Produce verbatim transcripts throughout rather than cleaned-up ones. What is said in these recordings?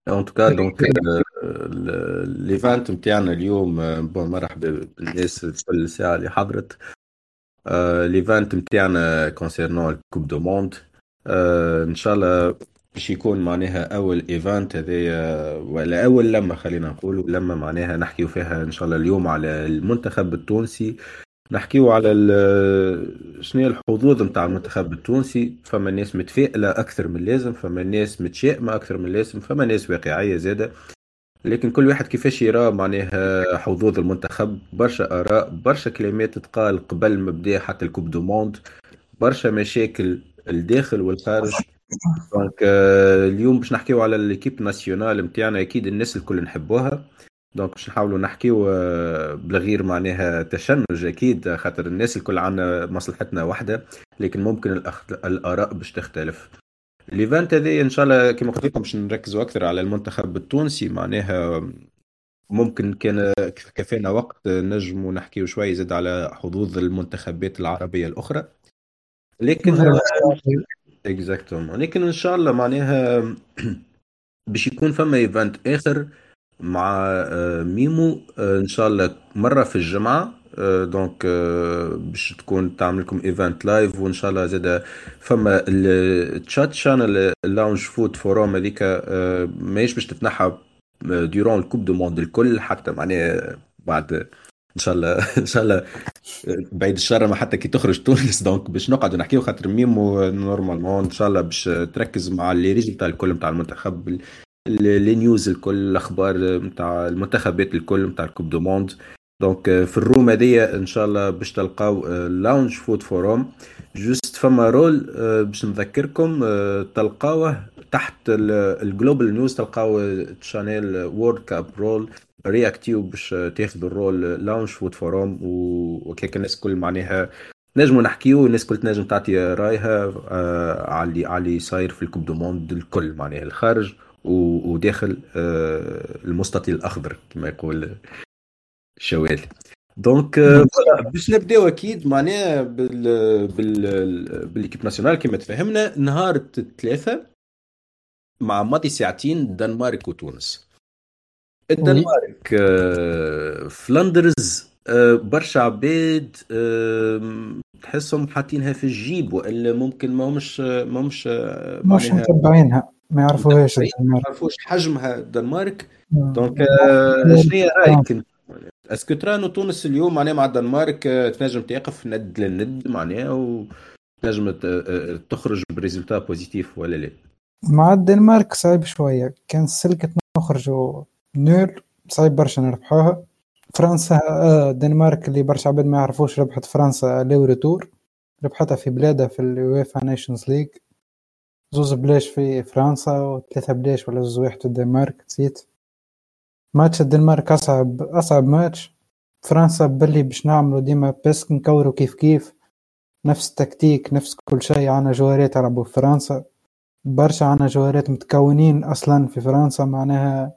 ان توكا دونك الايفنت نتاعنا اليوم. آه، بون مرحبا بالناس كل الساعه اللي حضرت. آه، الايفنت نتاعنا كونسيرنون الكوب دو موند. آه، ان شاء الله باش يكون معناها اول ايفنت هذايا، ولا اول لما خلينا نقولوا لما معناها نحكيو فيها ان شاء الله اليوم على المنتخب التونسي. نحكيو على ال- شنو هي الحظوظ نتاع المنتخب التونسي. فما ناس متفائلة أكثر من اللازم، فما ناس متشائمة أكثر من اللازم، فما ناس واقعية زادة. لكن كل واحد كيفاش يرى معناها حظوظ المنتخب. برشا آراء، برشا كلمات تقال قبل ما بدا حتى الكوب دو موند. برشا مشاكل الداخل والخارج. دونك آه، اليوم باش نحكيو على الكيب ناسيونال نتاعنا، اكيد الناس الكل نحبوها. دونك باش نحاولوا نحكيو آه، بالغير معناها تشنج، اكيد خاطر الناس الكل عنا مصلحتنا واحده. لكن ممكن الأخ... الاراء باش تختلف. الايفنت هذا ان شاء الله كما قلت لكم باش نركزوا اكثر على المنتخب التونسي معناها. ممكن كان كفينا وقت نجم ونحكيو شوي زاد على حظوظ المنتخبات العربيه الاخرى. لكن غير الأسبوع. اكزاكتومون، لكن ان شاء الله معناها باش يكون فما ايفنت اخر مع آه، ميمو، آه، ان شاء الله مره في الجمعه. آه، دونك آه، باش تكون تعمل لكم ايفنت لايف، وان شاء الله زاد فما التشات شانل اللاونج فود فوروم هذيك. آه، ماهيش باش تتنحى ديورون الكوب دو موند الكل، حتى معناها بعد ان شاء الله ان شاء الله بعيد الشر ما حتى كي تخرج تونس. دونك باش نقعد نحكيو خاطر ميمو نورمالمون ان شاء الله باش تركز مع لي ريزلتا الكل نتاع المنتخب، ال- لي نيوز الكل، الاخبار نتاع المنتخبات الكل نتاع الكوب دو موند. دونك آه، في الروم هذيا ان شاء الله باش تلقاو لاونج فود فوروم. جوست فما رول آه، باش نذكركم، آه، تلقاوه تحت الجلوبال نيوز، تلقاو تشانيل وورد كاب رول رياكتيو باش تاخذوا الرول لاونج فود فوروم. وكيك الناس كل معناها نجموا نحكيو، الناس كل تنجم تعطي رايها آه على اللي على اللي صاير في الكوب دو موند الكل معناها الخارج و- وداخل آه المستطيل الاخضر كما يقول الشوالي. دونك آه، فوالا، باش نبداو اكيد معناها بال بال بالكيب ناسيونال كما تفهمنا نهار الثلاثاء مع ماضي ساعتين الدنمارك وتونس. وي الدنمارك آه، فلندرز، آه، برشا عباد آه، تحسهم حاطينها في الجيب، والا ممكن ما همش ما همش آه، مش معناها متبعينها، ما يعرفوهاش متابعين، ما الدنمارك. يعرفوش حجمها الدنمارك. مم. دونك آه، شنو هي رايك انت؟ اسكو ترى تونس اليوم معناها مع الدنمارك آه، تنجم تقف ند للند معناها، وتنجم ت- آه، تخرج بريزلتا بوزيتيف ولا لا؟ مع الدنمارك صعيب شوية، كان سلكت نخرجوا نول صعيب برشا نربحوها. فرنسا آه الدنمارك اللي برشا عباد ما يعرفوش ربحت فرنسا ليوري تور، ربحتها في بلادها في اليويفا نيشنز ليج. زوز بلاش في فرنسا وثلاثة بلاش ولا زوز واحد في الدنمارك نسيت. ماتش الدنمارك أصعب أصعب ماتش. فرنسا بلي باش نعملوا ديما بس نكوروا كيف كيف، نفس التكتيك نفس كل شيء. عنا جواريات يلعبوا في فرنسا، برشا عنا جواريات متكونين أصلا في فرنسا، معناها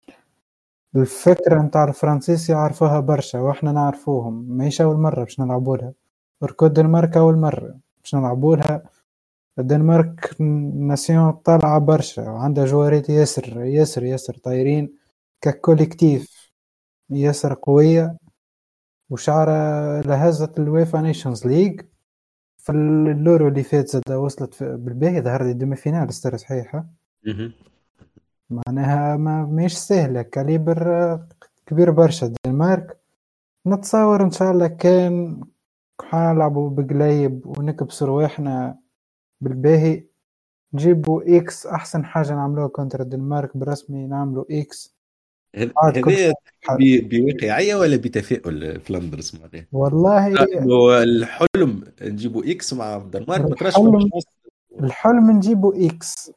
الفكرة نتاع الفرنسيس يعرفوها برشا واحنا نعرفوهم. ماهيش أول مرة باش نلعبوا لها، ركود الدنمارك أول مرة باش نلعبوا لها. الدنمارك ناسيون طالعة برشا وعندها جواريات ياسر ياسر ياسر طايرين ككوليكتيف، ياسر قوية وشعرة لهزت الويفا نيشنز ليج. في اللورو اللي فات زاد وصلت في- بالباهي ظهر لي ديما فينال استر صحيحة. مهم. معناها ما مش سهلة، كاليبر آه، كبير برشا الدنمارك. نتصور ان شاء الله كان حنلعبوا بقليب ونكبسوا رواحنا بالباهي، نجيبوا اكس. احسن حاجة نعملوها كونتر الدنمارك بالرسمي نعملوا اكس. هذ- عاد كل هذايا شيء حل. ب- بواقعية ولا بتفاؤل فلندرز معناها؟ والله انه الحلم نجيبوا اكس مع الدنمارك ما تراش فما الحلم شانس. الحلم نجيبوا اكس،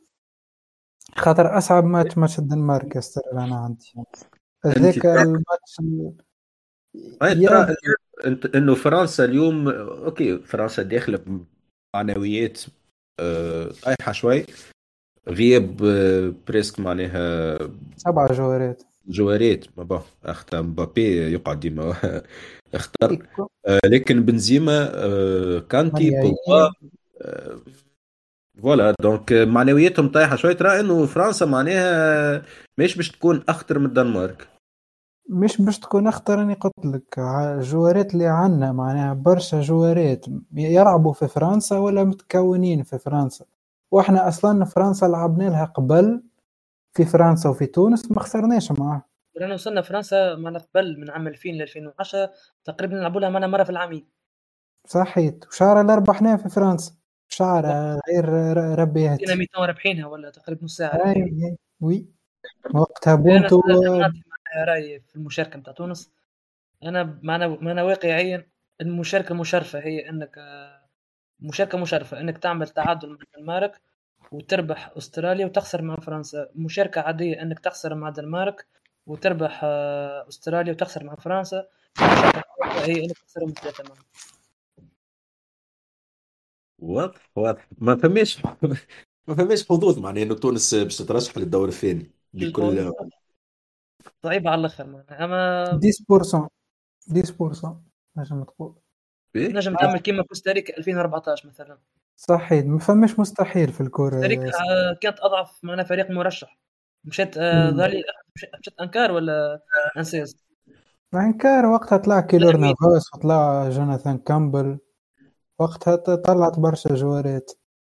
خاطر اصعب ماتش ماتش الدنمارك يا ستر انا عندي انت ذاك ترى الماتش ال- أي يا ترى انت انه فرنسا اليوم اوكي، فرنسا داخله بمعنويات آه، طايحه شوي. غياب آه، بريسك معناها سبعة جوارات جوارات. ما بقى اختار مبابي يقعد ديما اختار. إيكو آه، لكن بنزيما، آه، كانتي، بوجبا، مانيايين آه، فوالا دونك معنوياتهم طايحه شويه، ترى انه فرنسا معناها مش باش تكون اخطر من الدنمارك. مش باش تكون اخطر، راني قلت لك ع- جوارات اللي عندنا معناها برشا جوارات يلعبوا في فرنسا ولا متكونين في فرنسا، واحنا اصلا فرنسا لعبنا لها قبل في فرنسا وفي تونس ما خسرناش معاه. لأن وصلنا فرنسا معنا قبل من عام ألفين ل ألفين وعشرة تقريبا نلعبوا لها معنا مرة في العامين. صحيت، وشعر اللي ربحناه في فرنسا شعر غير ر- ربي دينا يهدي. ميتين رابحينها ولا تقريبا نص ساعة اي رابحين. اي وي، وقتها أنا بونتو. صراحة نعطي معايا رأيي في المشاركة متاع تونس. أنا معنا معنا واقعيا المشاركة المشرفة هي أنك مشاركة مشرفة أنك تعمل تعادل مع الدنمارك وتربح أستراليا وتخسر مع فرنسا. مشاركة عادية أنك تخسر مع الدنمارك وتربح آه، أستراليا وتخسر مع فرنسا. المشاركة الخاطئة هي أنك تخسر من ثلاثة معهم. واضح واضح، ما فماش ما فماش حظوظ معناه انه تونس باش تترشح للدور الثاني بكل. صعيبة على الآخر معناها. أما عشرة بالمئة عشرة بالمئة نجم تقول. باهي. نجم تعمل كيما كوستاريكا ألفين وأربعطاش مثلا. صحيح، ما فماش مستحيل في الكورة كوستاريكا يا سيدي. آه، كانت أضعف معنا فريق مرشح. مشيت آه، مم. ظهري مشيت مشيت أنكار ولا أنسيز. انكار وقتها طلع كيلور لاعبين نافاس وطلع جوناثان كامبل، وقتها ط- طلعت برشا جوارات.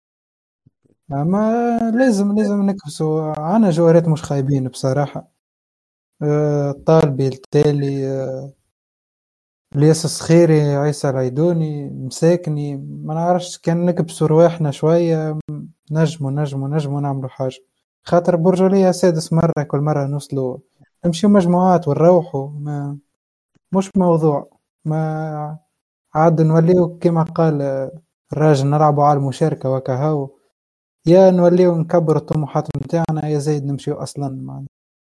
اما لازم لازم نكبسوا عنا جوارات مش خايبين بصراحة. آه، طالبي التالي، آه، الياس الصخيري، عيسى العيدوني، مساكني، ما نعرفش كان نكبسوا رواحنا شوية نجموا نجموا نجموا نعملوا حاجة. خاطر برجولية سادس مرة، كل مرة نوصلوا نمشيو مجموعات ونروحوا ما مش موضوع. ما عاد نوليو كما قال الراجل نلعبوا على المشاركة وكهو، يا نوليو نكبر الطموحات متاعنا يا زايد نمشيو أصلا معنا.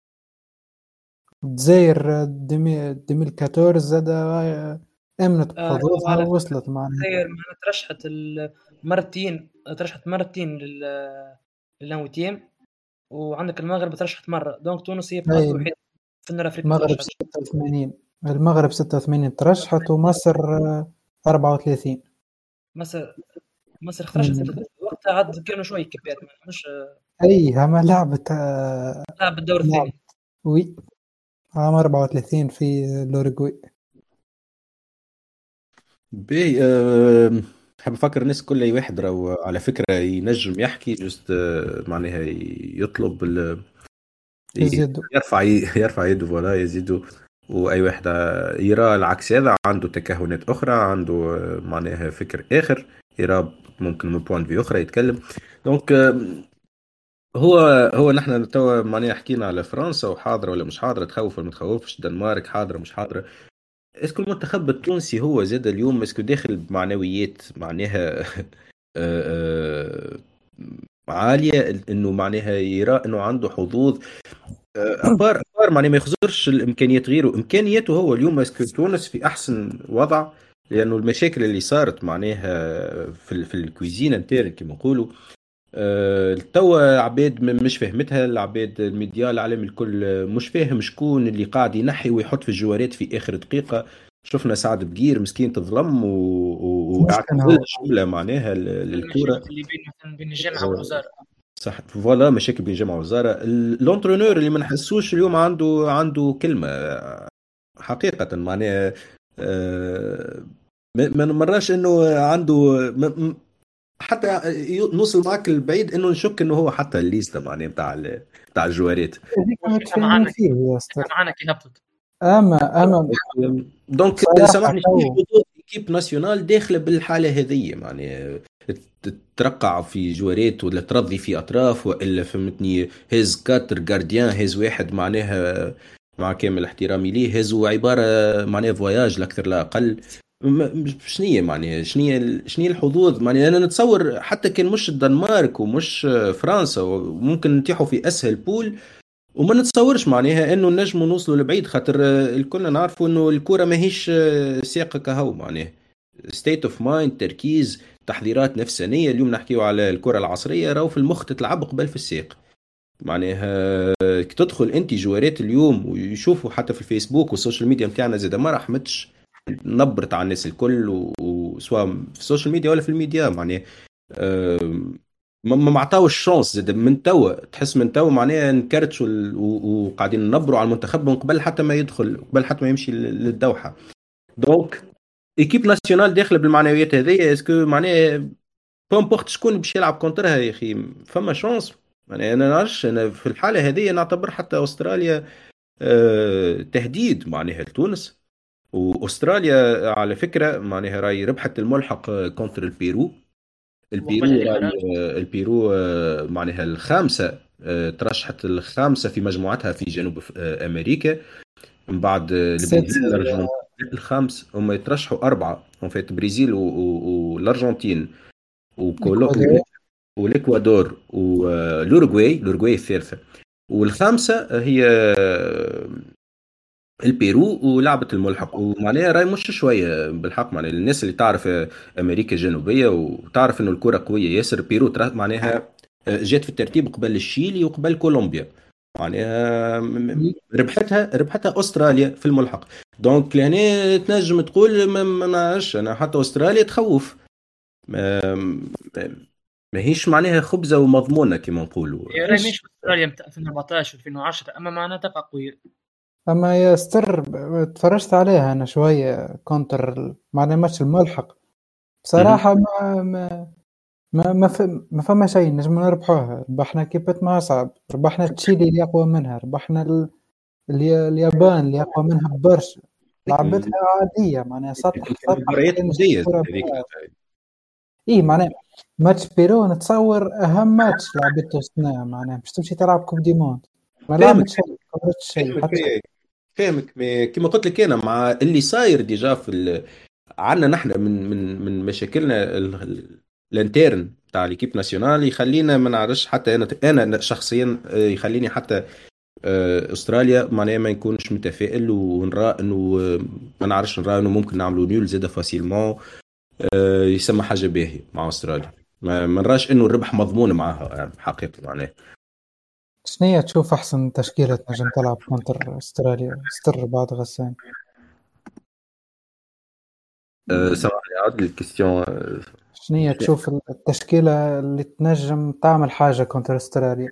الجزائر دمي دميل كاتورز زاد امنت آه، بحظوظها على فكرة ووصلت معنا. الجزائر معنا ترشحت ال- مرتين ترشحت مرتين لل للنويتيم. وعندك المغرب ترشحت مرة. دونك تونس هي بقات اي الوحيدة في النور أفريقيا ما المغرب ترشحتش. ستة وثمانين، المغرب ستة وثمانين ترشحت، ومصر آه، أربعة وثلاثين. مصر مصر ترشحت مم. ستة وثلاثين. وقتها عاد كانوا شوية كبيات مش اي هما لعبة آه، لاعب بالدور لعبة الثاني. وي عام أربعة وثلاثين في الأوروغواي. باهي أه حاب افكر الناس كل اي واحد راهو على فكره ينجم يحكي جست أه معناها يطلب ال- ي- يزيدوا. يرفع يرفع يده ولا يزيدوا. واي واحد يرى العكس هذا عنده تكهنات اخرى، عنده آه، معناها فكر اخر، يرى ممكن من بوينت في اخرى يتكلم. دونك آه، هو هو نحن توا معناها حكينا على فرنسا وحاضره ولا مش حاضره، تخوف ولا ما تخوفش، الدنمارك حاضره مش حاضره. اسكو المنتخب التونسي هو زاد اليوم اسكو داخل بمعنويات معناها آه، آه، عالية، انه معناها يرى انه عنده حظوظ آه، ابار ابار معناها ما يخسرش الامكانيات غيره، امكانياته هو اليوم اسكو تونس في احسن وضع، لانه المشاكل اللي صارت معناها في ال- في الكويزين انترن كما نقولوا آه، توا عباد م- مش فهمتها، العباد الميديا العالم الكل آه، مش فاهم شكون اللي قاعد ينحي ويحط في الجوارات في اخر دقيقة. شفنا سعد بقير مسكين تظلم و- و- مسكن واعتزل هو. الجملة معناها ل- للكرة. المشاكل اللي بين مثلا بين الجامعة آه، والوزارة. صح فوالا مشاكل بين جامعة وزارة، ال- الانترونور اللي ما نحسوش اليوم عنده عنده كلمة آه، حقيقة معناها آه، ما ما نمرش انه عنده م- م- حتى ي- نوصل معك البعيد انه نشك انه هو حتى الليسته معناه بتاع ال- بتاع الجوارات. هذيك وحتى متفاهمين معانا فيه يا حتى اسطى. معانا كي هبطت. اما اما دونك بصراحة سامحني شنو تو حدود ايكيب ناسيونال داخله بالحاله هذه معناها ترقع في جوارات ولا ترضي في اطراف والا فهمتني هز كاتر جارديان هز واحد معناها مع كامل احترامي ليه هزوا عباره معناها فواياج لا اكثر لا اقل. م- شنية معناها شنية شنية الحظوظ معناها انا نتصور حتى كان مش الدنمارك ومش فرنسا وممكن نتيحوا في اسهل بول وما نتصورش معناها انه نجموا نوصلوا لبعيد، خاطر آه، الكلنا نعرفوا انه الكرة ماهيش آه، سياقة كهو معناها ستيت اوف مايند، تركيز، تحضيرات نفسانية. اليوم نحكيو على الكرة العصرية راهو في المخ تتلعب قبل في الساق معناها آه، كي تدخل انت جوارات اليوم ويشوفوا حتى في الفيسبوك والسوشيال ميديا متاعنا زاد ما رحمتش، نبرت على الناس الكل و- وسواء في السوشيال ميديا ولا في الميديا معناها آم، ما ما معطاوش شانس زاد من توا، تحس من توا معناها نكرتشوا ال- و- وقاعدين ننبروا على المنتخب من قبل حتى ما يدخل، قبل حتى ما يمشي لل- للدوحه. دونك ايكيب ناسيونال داخله بالمعنويات هذيا، اسكو معناها بومبورت شكون باش يلعب كونترها يا اخي، فما شانس. يعني انا نعرفش، انا في الحاله هذه نعتبر حتى استراليا آه، تهديد معناها لتونس. واستراليا على فكره معناها راي ربحت الملحق آه، كونتر البيرو. وقبل البيرو هذيك راي راه آه، البيرو آه، معناها الخامسه، آه، ترشحت الخامسه في مجموعتها في جنوب آه، امريكا، من بعد آه، السادسة. البرازيل الارجنتين. الخامس هم يترشحوا اربعه، هم في البرازيل و- و- والارجنتين الاكوادور. وكولومبيا والاكوادور والاوروغواي. الاوروغواي الثالثه، والخامسه هي البيرو ولعبة الملحق. ومعناها راي مش شوية بالحق، معناها الناس اللي تعرف أمريكا الجنوبية وتعرف إنه الكرة قوية ياسر، بيرو ترا- معناها جات في الترتيب قبل الشيلي وقبل كولومبيا، معناها م- م- ربحتها ربحتها أستراليا في الملحق. دونك لهنا تنجم تقول ما ما- ما نعرفش أنا، حتى أستراليا تخوف، ما, ما ما هيش معناها خبزة ومضمونة كما نقولوا. هي راهي مش استراليا نتاع ألفين وأربعطاش ألفين وعشرة، اما معناتها تبقى قويه. اما يا ستر ب- تفرجت عليها انا شويه كونتر ال- معناها ماتش الملحق. مهم. بصراحه ما ما ما ما, ف... ما فما شيء نجم نربحوها. ربحنا كيبت ما صعب، ربحنا تشيلي اللي اقوى منها، ربحنا ال... اليا- اليابان اللي اقوى منها برشا. لعبتها عاديه معناها سطح كانت سطح مباريات كان ودية الكرة هذيك. بتاعها. ايه معناها ماتش بيرو نتصور اهم ماتش لعبته السنه، معناها باش تمشي تلعب كوب دي موند ما فاهمك لعبت شيء، ما قدرتش شيء فاهمك حتى شيء. إيه، فاهمك مي- كما قلت لك انا مع اللي صاير ديجا في ال... عندنا نحن من من من مشاكلنا ال... ال- الانترن تاع ليكيب ناسيونال يخلينا ما نعرفش. حتى انا انا شخصيا آه، يخليني حتى آه، استراليا معناها ما نكونش متفائل، ونرى انه آه، ما نعرفش، نرى انه ممكن نعملوا نيول زيادة فاسيلمون، آه، يسمى حاجه باهيه مع استراليا. ما ما نراش انه الربح مضمون معاها آه، حقيقه معناها. شنية تشوف أحسن تشكيلة نجم تلعب كونتر أستراليا ستر بعد غسان؟ آه، سامحني عاد الكيستيون. شنية تشوف التشكيلة اللي تنجم تعمل حاجة كونتر أستراليا؟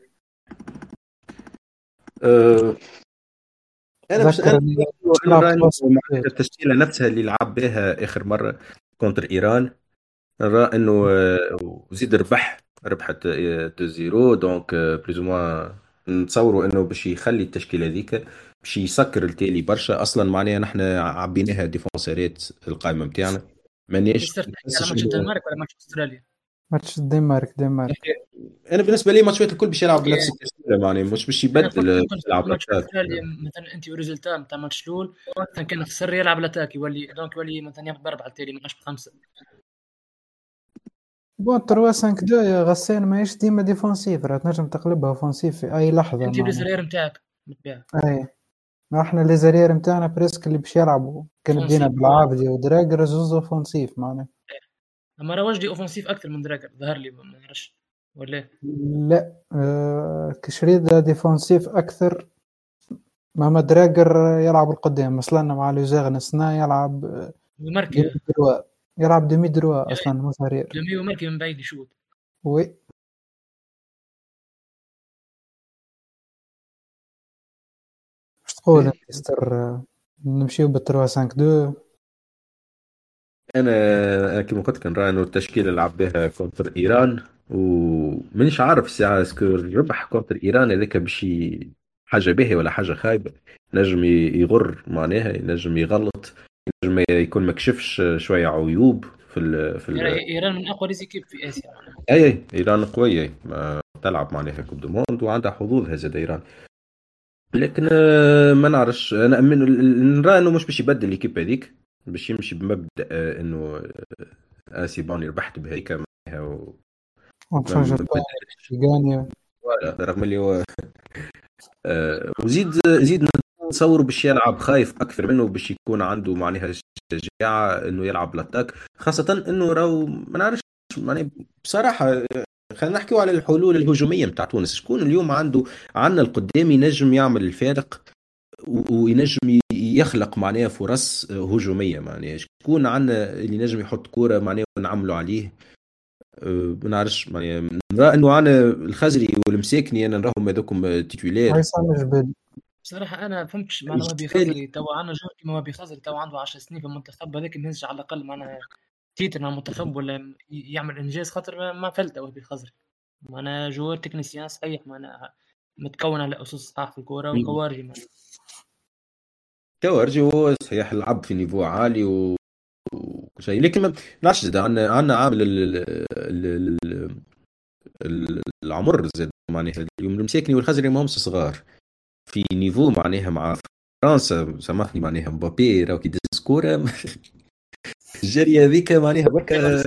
أه انا مش تذكر انا اللي انا تلعب راني كلاس مع كبير. التشكيله نفسها اللي لعب بها اخر مره كونتر ايران. نرى انه آه، وزيد ربح ربحت زيرو. دونك بليز موان نتصوروا انه باش يخلي التشكيله هذيك باش يسكر التالي برشا. اصلا معناها نحن عبيناها ديفونسيرات القائمه نتاعنا، مانيش يصير تحكي على نحسش ماتش انه. الدنمارك ولا ماتش استراليا؟ ماتش الدنمارك دنمارك انا بالنسبه لي ماتشات الكل باش يلعب اوكي، بنفس التشكيله، معناها مش باش انا قلت يبدل ممكن يلعب تحط ماتش لاتاك. استراليا مثلا انت وريزلتا نتاع ماتش الاول، مثلا كان خسر يلعب الاتاك يولي دونك يولي مثلا ياخذ باربعه التالي ما بخمسه. بون تروا سانك دو يا غسان ماهيش ديما ديفونسيف، راه تنجم تقلبها اوفنسيف في أي لحظة انت معناها. والزرير نتاعك بالطبيعه أي ما احنا لي زرير نتاعنا بريسك اللي باش يلعبوا كان بدينا اوفنسيف، بالعابدي ودراجر زوز اوفنسيف معناها. اما راه وجدي اوفنسيف اكثر من دراجر ظهر لي، ما نعرفش ولا إيه؟ لا آه كشريدة ديفونسيف أكثر. مهما دراجر يلعب القدام مثلا مع لوزيغ نسنا يلعب وماركي ديمي دروا، يلعب ديمي دروا أصلا مو ظهير. دمي وماركي من بعيد يشوط. وي مش تقول انت ستر نمشيو بالتروا سانك دو؟ انا أنا كما قلت لك نرى انه التشكيله اللي لعب بها كونتر ايران، ومانيش عارف الساعه اسكو ربح كونتر ايران هذاك باش ي- حاجه باهيه ولا حاجه خايبه. نجم ي- يغر معناها، ينجم يغلط، نجم يكون مكشفش شويه عيوب في ال في ال يعني ايران من اقوى ليزيكيب في اسيا معناها. اي اي ايران قويه، ما تلعب معناها كوب دو موند وعندها حظوظها زاد ايران. لكن آه، ما نعرفش انا من نرى انه مش باش يبدل ليكيب هذيك، باش يمشي بمبدا آه، انه آه، سي بون ربحت بهيك معناها و- ما ونشوف ما بقى بدلتش. يغاني. ولا رغم اللي هو آه، وزيد زيد نتصور باش يلعب خايف اكثر منه، باش يكون عنده معناها شجاعه انه يلعب لاتاك، خاصه انه راهو ما نعرفش يعني بصراحه. آه، خلينا نحكيو على الحلول الهجوميه نتاع تونس. شكون اليوم عنده عندنا القدام ينجم يعمل الفارق و- وينجم ي- يخلق معناها فرص آه، هجوميه؟ معناها شكون عندنا اللي ينجم يحط كوره معناها ونعملوا عليه؟ أه، ما نعرفش يعني، نرى انه انا الخزري والمساكني انا نراهم هذوكم تيتولير. عصام جبل. بصراحه انا فهمتش معنى وهبي الجبال. خزري تو عنا جور كيما وهبي خزري تو عنده عشر سنين في المنتخب، هذاك ما ينجح على الاقل معناها تيتر مع المنتخب ولا ي- يعمل انجاز، خاطر ما, ما فلت وهبي خزري معناها جوار تكنيسيان صحيح معناها متكون على اسس صحاح في الكوره وكوارجي معناها. كورجي هو صحيح لعب في نيفو عالي و شيء، لكن ما نعرفش زاد عندنا عندنا عامل ال- ال- ال- ال- العمر زاد معناها. اليوم المساكني والخزري ما همش صغار في نيفو معناها مع فرنسا، سامحني معناها مبابي راهو كي دز كوره الجاريه هذيك معناها بركه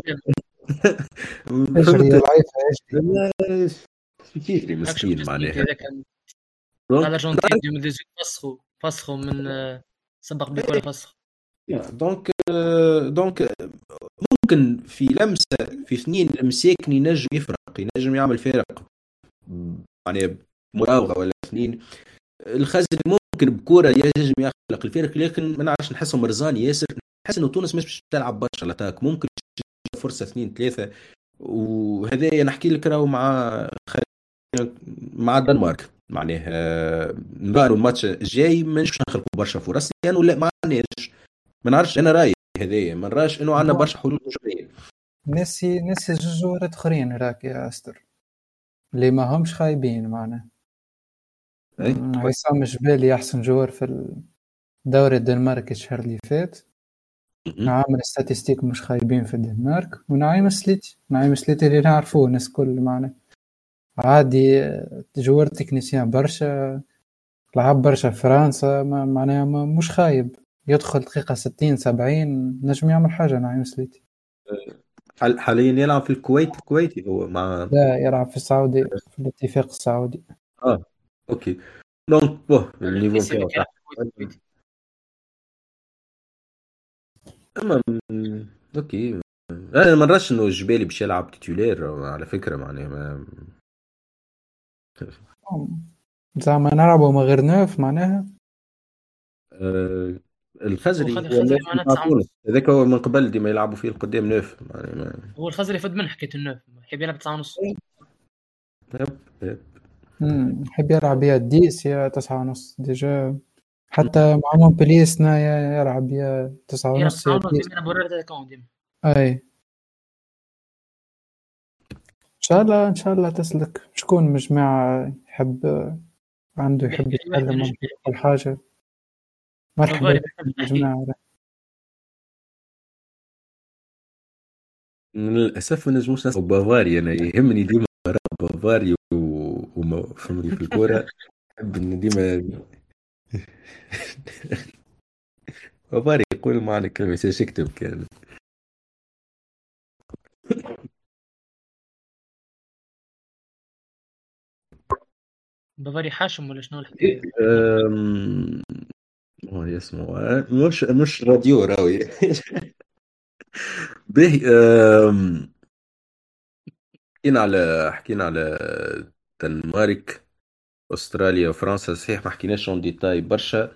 اجري فهمت. ضعيفة اجري. لا، كيفري هاك شفت مسكين سنيك معناها. هذاك تاع دونك الارجنتين ألفين وثمانية عشر فسخوا فسخوا من آه، سبق بكره فسخ. دونك دونك ممكن في لمسه في سنين المساكن ينجم يفرق، ينجم يعمل فرق يعني مراوغه ولا سنين. الخزري ممكن بكوره ينجم يخلق الفرق، لكن ما نعرفش نحسه مرزان ياسر. نحس انه تونس مش باش تلعب برشا لاتاك، ممكن فرصه اثنين ثلاثه. وهذا نحكي لك راهو مع مع الدنمارك معناها نرى الماتش الجاي ما نجمش نخلقوا برشا فرص لانه لا ما عندناش. ما نعرفش انا رايي هذايا، ما نراش انه عندنا برشا حلول شويه. نسي نسي جوج جوارات اخرين راك يا استر اللي ما همش خايبين معنا. أي؟ مم، عصام جبالي احسن جوار في الدوري الدنماركي الشهر اللي فات، مهم. عامل ستاتستيك مش خايبين في الدنمارك. ونعيم سليتي نعيم سليتي اللي نعرفوه الناس كل معنا عادي، آه، جوار تكنيسيان برشا، لعب برشا في فرنسا، ما معناها ما- مش خايب، يدخل دقيقة ستين سبعين نجم يعمل حاجة نعيم سليتي. حال- حاليا يلعب في الكويت، الكويتي هو مع لا يلعب في السعودي في الاتفاق السعودي. اه اوكي. دونك بو النيفو ميسي نتاعو هذاك يلعب تحت. في الكويت. اما م- اوكي، انا ما نراش انه الجبالي باش يلعب تيتولير على فكره معناها ما... أم، زعما نلعبوا من غير نوف معناها. آه هو الخزري خزري هو خزري الناس معناها مع تسعة تونس ونص. هذاك هو من قبل ديما يلعبوا فيه القدام نوف يعني ما... هو الخزري فد من حكايه النوف، يحب يلعب تسعة ونص. يب. يب. امم يحب يلعب يا ديس يا تسعة ونص ديجا، حتى مع مونبلييه سنا يا يلعب يا تسعة يلعب ونص تسعة يا ونص ديس. ديما يلعب ورا هذا كون ديما. اي ان شاء الله ان شاء الله تسلك. شكون من الجماعة يحب عنده يحب بيحكي لي واحد من يتكلم عن الجماعة. كل حاجة؟ مرحبا بافاري بكم بيحب يا يحكي. جماعة. للاسف ما نجموش نسمع بافاري. انا يهمني ديما بافاري و... وما فهمني في الكوره. نحب ان ديما بافاري يقول معنا كلمه سيش يكتب كان. بافاري حاشم ولا شنو الحكايه؟ أم... هو اسمه مش مش راديو راوي به. أم... حكينا على حكينا على الدنمارك، استراليا وفرنسا. صحيح ما حكيناش عن ديتاي برشا.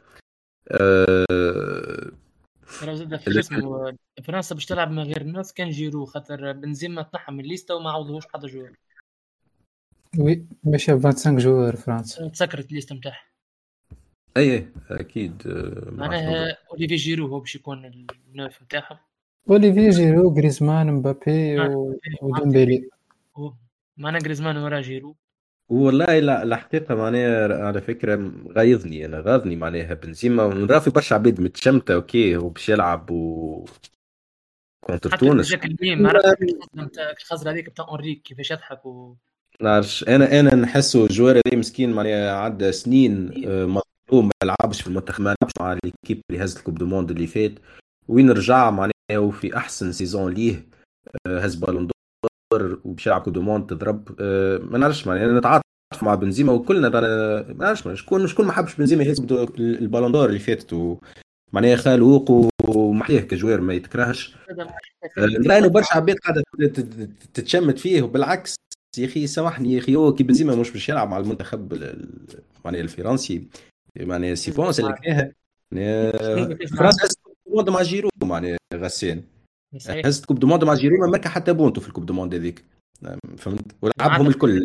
أه... ترى زاد في شو اللي- اسمه فرنسا باش تلعب من غير نوف كان جيرو، خاطر بنزيما تنحى من الليسته وما عوضوش حدا جوار. وي ماشي خمسة وعشرين جوار فرنسا. تسكرت الليسته نتاعها. اي أي، اكيد. أه، ما عرفش نظر. معناها اوليفي جيرو هو باش يكون النوف نتاعهم. اوليفيي جيرو غريزمان مبابي آه، و- وديمبيلي. هو معناها جريزمان ورا جيرو. والله لا، الحقيقة معناها على فكرة غايظني، أنا غاضني معناها بنزيما. ونرافي برشا عبيد متشمتة أوكي وباش يلعب و كونتر حتى في تونس. ذاك الجيم عرفت الخزرة نتاع الخزرة هذيك بتاع اونريك كيفاش يضحك و نعرفش، أنا أنا نحسه الجوار هذا مسكين معناها عدى سنين آه، مظلوم، ما لعبش في المنتخب، ما لعبش مع الكيب اللي هز الكوب دو موند اللي فات. وين رجع معناها وفي أحسن سيزون ليه، آه، هز بالون دور وباش يلعب كوب دو موند تضرب. آه، ما نعرفش معناها أنا نتعاطف مع بنزيما وكلنا رانا- ما نعرفش شكون شكون ما حبش بنزيما يهز بدو- البالون دور اللي فاتت و- معناها خالوق ومحليه كجوار ما يتكرهش. هذا آه، لانه برشا عباد قاعده تت- تت- تتشمت فيه، وبالعكس يا اخي سامحني يا اخي، هو كي بنزيما مش باش يلعب مع المنتخب ال- ال- معناها الفرنسي معناها سي بونس اللي كناها. معناها فرنسا هزت مع جيرو معناها غسان. صحيح. هزت كوب دو موند مع جيرو ما ماركا حتى بونتو في الكوب دو موند هذيك، فهمت، ولعبهم الكل.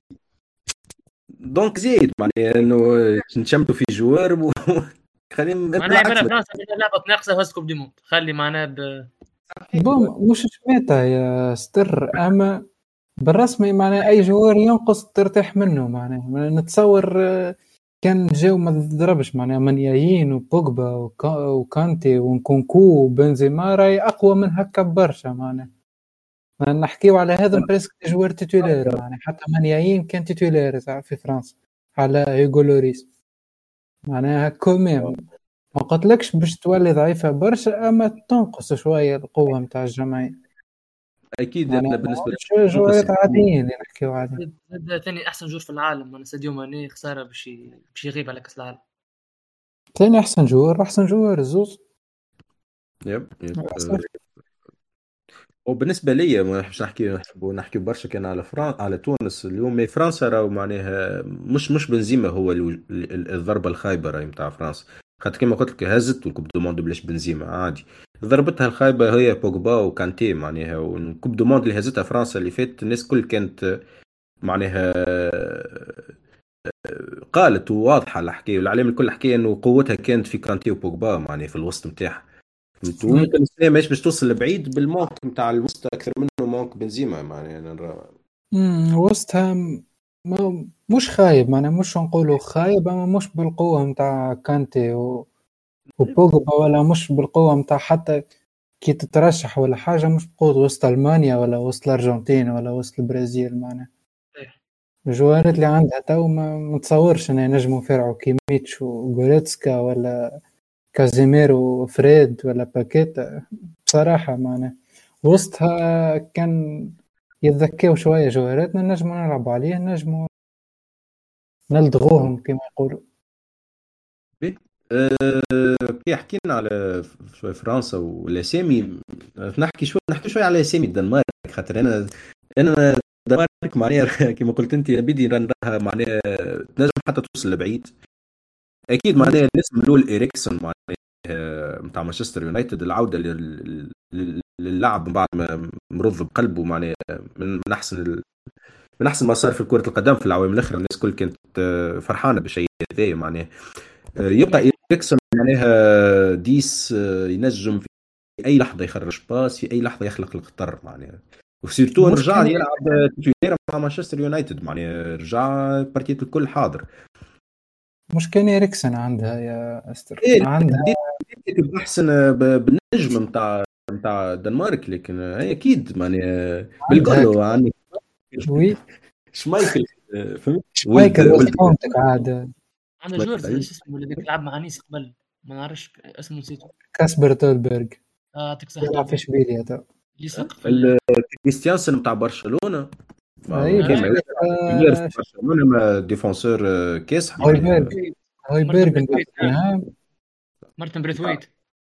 دونك زيد معناها انه نشمتوا في جوار و... خلينا معناها بلا فرنسا لعبه ناقصه هز كوب دي موند، خلي معناها ب بوم مش سمعتها يا ستر، اما بالرسمي معناها اي جوار ينقص ترتاح منه. معناها نتصور كان جاو ما تضربش معناها منيايين وبوجبا وكا وكانتي ونكونكو وبنزيما راي اقوى من هكا برشا. معناها نحكيو على هذا بريسك جوار تيتولير، معناها حتى منيايين كان تيتولير في فرنسا على هيغو لوريس. معناها كوميم ما قلتلكش باش تولي ضعيفه برشا، اما تنقص شويه القوه نتاع الجماعيه. اكيد احنا بالنسبه لنا جوارات عاديين اللي نحكيو عليه. هذا ثاني احسن جور في العالم، انا ساديو ماني خساره باش باش يغيب على كاس العالم. ثاني احسن جوار، احسن جوار الزوز. يب, يب. وبالنسبه لي ما نحبش نحكي نحبوا نحكي برشا كان على فرنسا على تونس اليوم. مي فرنسا راهو معناها مش مش بنزيما هو الضربه الخايبه راهي نتاع فرنسا، خاطر كما قلت لك هزت والكوب دو موند بلاش بنزيما عادي. ضربتها الخايبه هي بوجبا وكانتي معناها، والكوب دو موند اللي هزتها فرنسا اللي فات الناس كل كانت معناها قالت وواضحه الحكايه والعالم الكل حكى انه قوتها كانت في كانتي وبوجبا معناها في الوسط نتاعها. ممكن السنه ماهيش باش توصل لبعيد بالمونك نتاع الوسط اكثر منه مونك بنزيما معناها نرى امم وسطها مش خايب، معناها مش نقولوا خايب اما مش بالقوه نتاع كانتي و... وبوجبا، ولا مش بالقوه نتاع حتى كي تترشح ولا حاجه، مش بقوه وسط المانيا ولا وسط الارجنتين ولا وسط البرازيل. معناها الجوارات اللي عندها تو ما متصورش انه ينجموا يفرعوا كيميتش وغوريتسكا ولا كازيميرو وفريد ولا باكيتا بصراحه. معناها وسطها كان يتذكوا شويه جواراتنا نجموا نلعبوا عليه، نجموا نلدغوهم كما يقولوا. كي حكينا على شوي فرنسا والاسامي، نحكي شوي نحكي شوي على اسامي الدنمارك، خاطر انا انا الدنمارك معناها كما قلت انت بدي نراها معناها تنجم حتى توصل لبعيد. اكيد معناها الاسم الاول اريكسون معناها نتاع مانشستر يونايتد، العوده للعب بعد ما مرض بقلبه معناها من من احسن من احسن ما صار في كره القدم في العوام الاخرى. الناس كل كانت فرحانه بالشيء هذا. معناها يبقى إريكسون معناها ديس ينجم في اي لحظه يخرج باس، في اي لحظه يخلق الخطر معناها، وسيرتو رجع يلعب تيتولير مع مانشستر يونايتد معناها رجع بارتيت الكل حاضر. مش كان إريكسون عندها يا أستر إيه عندها احسن بالنجم نتاع نتاع الدنمارك، لكن هي اكيد معناها بالكل عندك وي شمايكل فهمت شمايكل ولدك عاد عنده جورج شو اسمه اللي بيلعب مع نيس قبل ما نعرفش اسمه نسيته، كاسبر تولبرغ. اه تكسح يلعب في اشبيليا تو كريستيانسن نتاع برشلونه. اي برشلونه ما ديفونسور كاسح. هويبرغ هويبرغ مارتن بريثويت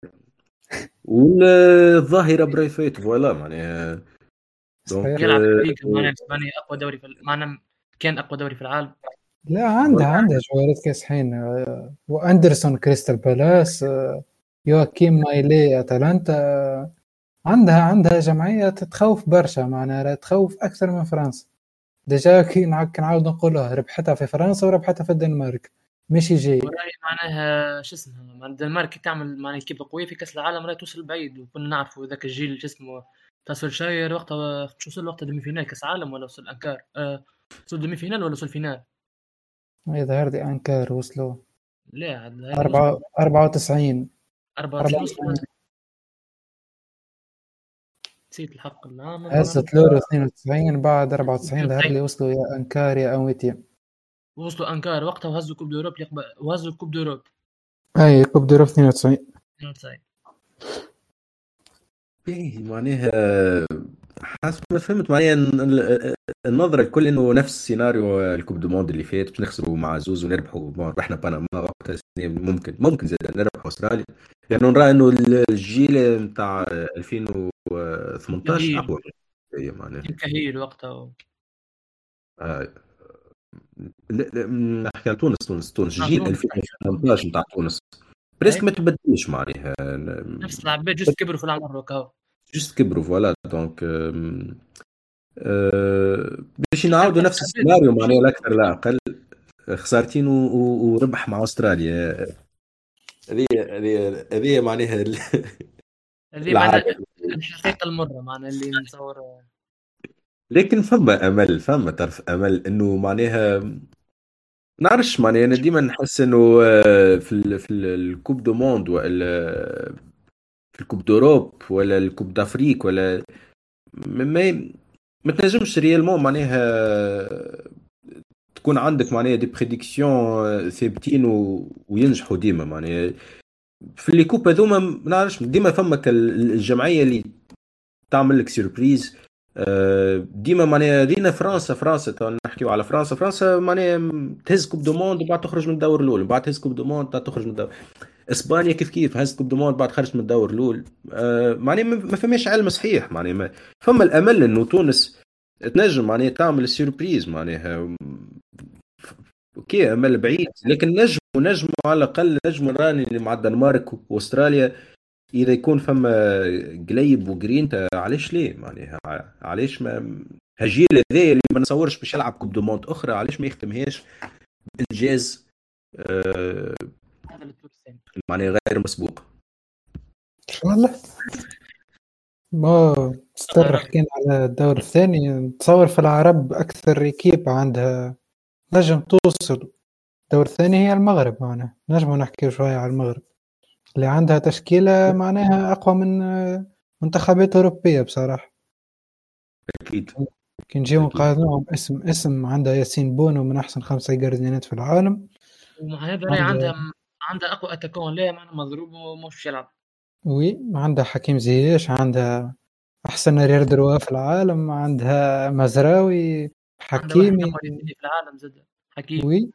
والظاهره بريثويت فوالا معناها دونك يلعب في معناها اسبانيا اقوى دوري في معناها كان اقوى دوري في العالم. لا عندها عندها جوارات كاسحين، واندرسون كريستال بالاس، يواكيم مايلي اتلانتا. عندها عندها جمعيه تتخوف برشا، معناها تخوف اكثر من فرنسا. ديجا كي نعاود نقولها ربحتها في فرنسا وربحتها في الدنمارك ماشي جاي. وراي معناها شو اسمها مع الدنمارك تعمل معناها كيف قويه في كاس العالم راهي توصل بعيد، وكنا نعرفوا ذاك الجيل اسمه تاسول شاير وقتها شو وصل وقتها دمي فينال كاس عالم ولا وصل انكار أه وصل دمي فينال ولا وصل فينال. اي ظهر لي انكار وصلوا لا أربعة أربعة وتسعين أربعة وتسعين نسيت الحق العام هزت لورو اثنين وتسعين بعد أربعة وتسعين ظهر لي وصلوا يا انكار يا اويتيا. وصلوا انكار وقتها وهزوا كوب دوروب يقبل وهزوا كوب دوروب اي كوب دوروب اثنين وتسعين. اثنين وتسعين ايه معناها حسب ما فهمت معناها النظرة الكل انه نفس سيناريو الكوب دو موند اللي فات، باش نخسروا مع زوز ونربحوا ربحنا بنما وقتها ممكن ممكن زاد نربحوا استراليا. يعني نرى انه الجيل نتاع ألفين وثمانية عشر اقوى معناها كهيل وقتها و... آه. نحكي على تونس تونس تونس جيل ألفين وثمانية عشر نتاع تونس بريسك ما تبدلش معناها نفس العباد جست كبروا في العمر وكاو جست كبروا فوالا دونك آم، آه، باش كان ينعاودوا نفس منتخبات السيناريو معناها لا اكثر لا اقل. خسارتين و- و- وربح مع استراليا. هذه هذه هذه معناها ال- اللي معنا العاده. الحقيقة المرة معنا اللي نصور. لكن فما امل، فما طرف امل انه معناها نعرفش معناها انا ديما نحس انه آه، في ال في ال- الكوب دو موند ولا في الكوب دوروب ولا الكوب دافريك ولا ما ما ما تنجمش ريالمون معناها تكون عندك معناها دي بريديكسيون ثابتين و... وينجحوا ديما معناها في اللي كوب هذوما ما نعرفش ديما فما كال- الجمعيه اللي تعمل لك سيربريز. آه، ديما معناها رينا فرنسا فرنسا تو نحكيو على فرنسا فرنسا معناها تهز كوب دو موند وبعد تخرج من الدور الاول، بعد تهز كوب دو موند بعد تخرج من الدور. اسبانيا كيف كيف هزت كوب دو موند بعد خرجت من الدور الاول. آه، معناها ما ما فماش علم صحيح معناها ما فما الامل انه تونس تنجم معناها تعمل السيربريز معناها. اوكي امل بعيد لكن نجم ونجم على الاقل نجم راني اللي مع الدنمارك واستراليا اذا يكون فما قليب وجرينتا علاش ليه معناها علاش ما هالجيل هذا اللي ما نصورش باش يلعب كوب دو موند اخرى علاش ما يختمهاش بالانجاز آه، هذا التور الثاني معناها غير مسبوق. ان شاء الله. ما استر حكينا على الدور الثاني، نتصور في العرب اكثر اكيب عندها نجم توصل الدور الثاني هي المغرب. معنا نجم نحكي شويه على المغرب اللي عندها تشكيله معناها اقوى من منتخبات اوروبيه بصراحه. اكيد كي نجيو نقارنوهم اسم اسم، عندها ياسين بونو من احسن خمسه جاردينات في العالم، ومع هذا راهي عندها عندها اقوى اتاكون لا معنا مضروب ومش يلعب. وي عندها حكيم زياش، عندها احسن رياردروا في العالم، عندها مزراوي حكيمي عندها واحد في العالم زاد حكيم. وي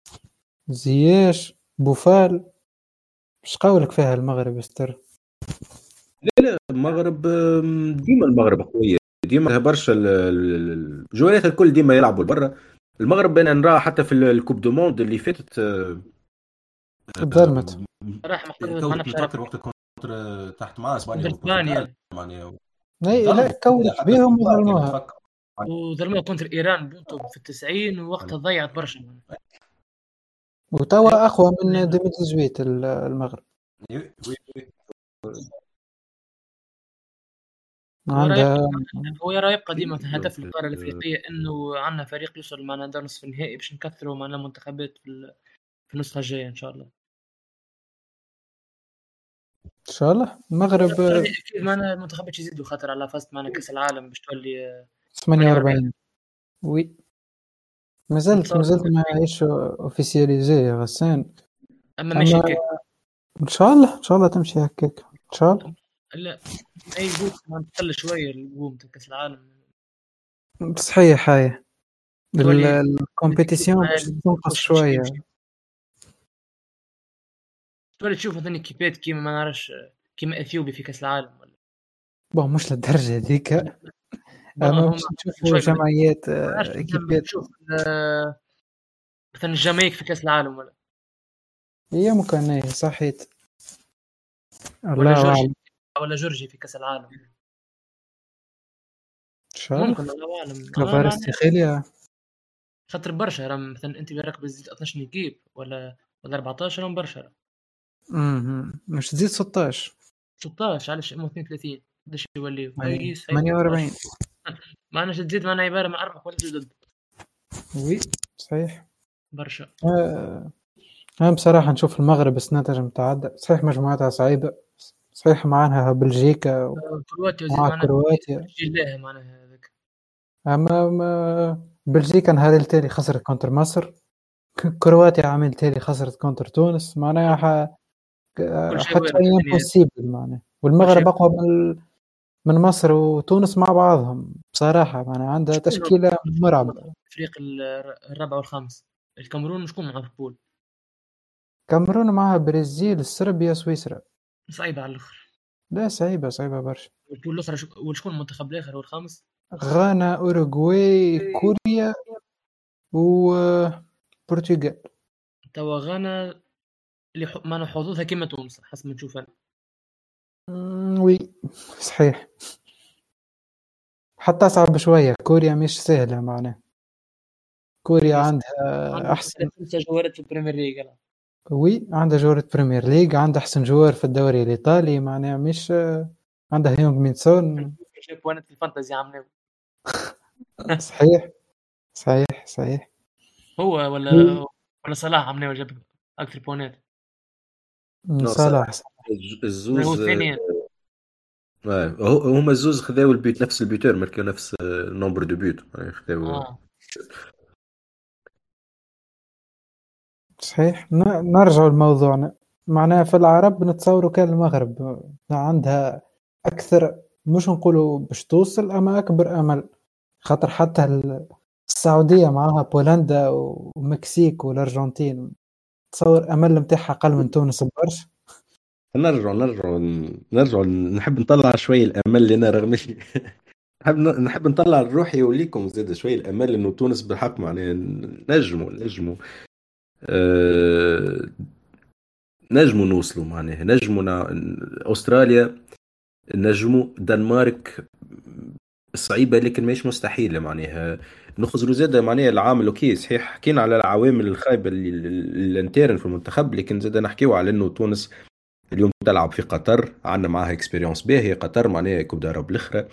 زياش بوفال. مش قولك فيها المغرب استر؟ لا لا المغرب آم، ديما المغرب قويه ديما برشا ال- ال- الجولات الكل ديما يلعبوا برا. المغرب انا نرى حتى في الكوب دو موند اللي فاتت آه، تظلمت راح محتاج كوت معنا نتذكر وقت كنت تحت مع اسبانيا والبرتغال معناها لا لا كولت بيهم وظلموها وظلموها كونتر ايران بونتو في التسعين ووقتها ضيعت برشا. وتوا اقوى من ألفين وثمانية المغرب. عندها هو يرى يبقى ديما هدف القاره الافريقيه انه عندنا فريق يوصل معنا دور نصف النهائي باش نكثروا معنا منتخبات في في النسخه الجايه ان شاء الله. ان شاء الله المغرب كيف معنا المنتخبات يزيدوا خاطر على فاست معنا كاس العالم باش تولي ثمانية وأربعين. وي مازلت مازلت ما عايش اوفيسياليزي يا غسان. اما ماشي هكاك ان شاء الله ان شاء الله تمشي هكاك ان شاء الله. لا اي بوك ما تقل شويه القوم تاع كاس العالم صحيح. هاي الكومبيتيسيون باش تنقص شويه. تولي تشوف مثلا كيبات كيما ما نعرفش كيما اثيوبيا في كاس العالم ولا بون مش للدرجه هذيك. اما باش نشوفوا جمعيات كيبات تشوف مثلا الجامايك في كاس العالم ولا هي ممكن صحيت ولا جورجي ولا جورجي في كاس العالم ان شاء الله. ممكن الله اعلم. كفار استخيليا خاطر برشا راه مثلا انت براكب تزيد اثناش نيكيب ولا ولا أربعطاش راه برشا. امم مش تزيد ستطاش ستطاش علاش مو اثنين وثلاثين باش يوليو اي ثمانية وأربعين معناش تزيد معنا عباره مع اربع ولا ضد. وي صحيح برشا. آه. انا بصراحه نشوف المغرب السنه تنجم تعدى. صحيح مجموعتها صعيبه، صحيح معاها بلجيكا وكرواتيا ومع كرواتيا جيلها معناها هذاك. اما بلجيكا نهار التالي خسرت كونتر مصر، كرواتيا عام التالي خسرت كونتر تونس. معناها حتى شيء امبوسيبل معناها. والمغرب اقوى من من مصر وتونس مع بعضهم بصراحه. معناها عندها تشكيله مرعبه. فريق الرابع والخامس الكاميرون شكون مع البول؟ كاميرون معها برازيل صربيا سويسرا. صعيبه على الاخر. لا صعيبه صعيبه برشا. البول الاخرى شك... وشكون المنتخب الاخر والخامس؟ غانا اوروغواي كوريا وبرتغال. توا غانا اللي ح... معنا حظوظها كما تونس حسب ما نشوف انا. مم، وي صحيح. حتى أصعب شوية، كوريا مش سهلة معناه. كوريا بس عندها عندك أحسن. خمسة جوارات في البريمير ليج لا. وي عندها جورة بريمير ليج، عندها أحسن جوار في الدوري الإيطالي معناه، مش عندها هيونغ مين سون. شوف بوينت الفانتازي عامله صحيح صحيح صحيح. هو وي. ولا ولا صلاح عامله جاب اكثر بوينات. مم، نو صراحة صلاح صلاح. الز- ولا هو الزوز آه، الثاني. هو- هما الزوز خذاو البيوت نفس البيوتر ماركيو نفس نومبر دو بيوت يعني خذاو. اه صحيح. ن- نرجع لموضوعنا. معناها في العرب نتصوروا كان المغرب عندها أكثر، مش نقولوا باش توصل أما أكبر أمل، خاطر حتى ال- السعودية معاها بولندا ومكسيك والأرجنتين، تصور أمل متاعها أقل من تونس برشا. نرجع نرجع نرجع نحب نطلع شوي الامل لنا رغم شيء. نحب نحب نطلع روحي وليكم زاد شوي الامل انه تونس بالحق معناها نجموا نجموا أه نجموا نوصلوا معناها نجموا نا... استراليا نجموا دنمارك صعيبه لكن مش مستحيله معناها نخزروا زاد معناها العامل اوكي صحيح حكينا على العوامل الخايبه اللي الانترن في المنتخب لكن زاد نحكيو على انه تونس اليوم تلعب في قطر عندنا معاها اكسبيريونس باهيه قطر معناها كوب دارب الاخرى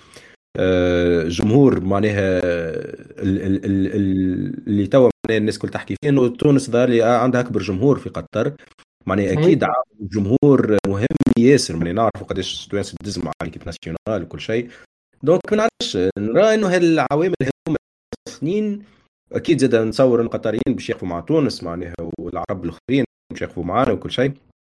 آه، جمهور معناها ال- ال- ال- ال- اللي توا معناها الناس كل تحكي فيه انه تونس ظهر لي عندها اكبر جمهور في قطر معناها وي. اكيد عامل الجمهور مهم ياسر معناها نعرفوا قداش توانسه تدز مع الكيب ناسيونال وكل شيء دونك ما نعرفش نرى انه هالعوامل هذوما اثنين اكيد زاد نصور ان القطريين باش يقفوا مع تونس معناها والعرب الاخرين باش يقفوا معنا وكل شيء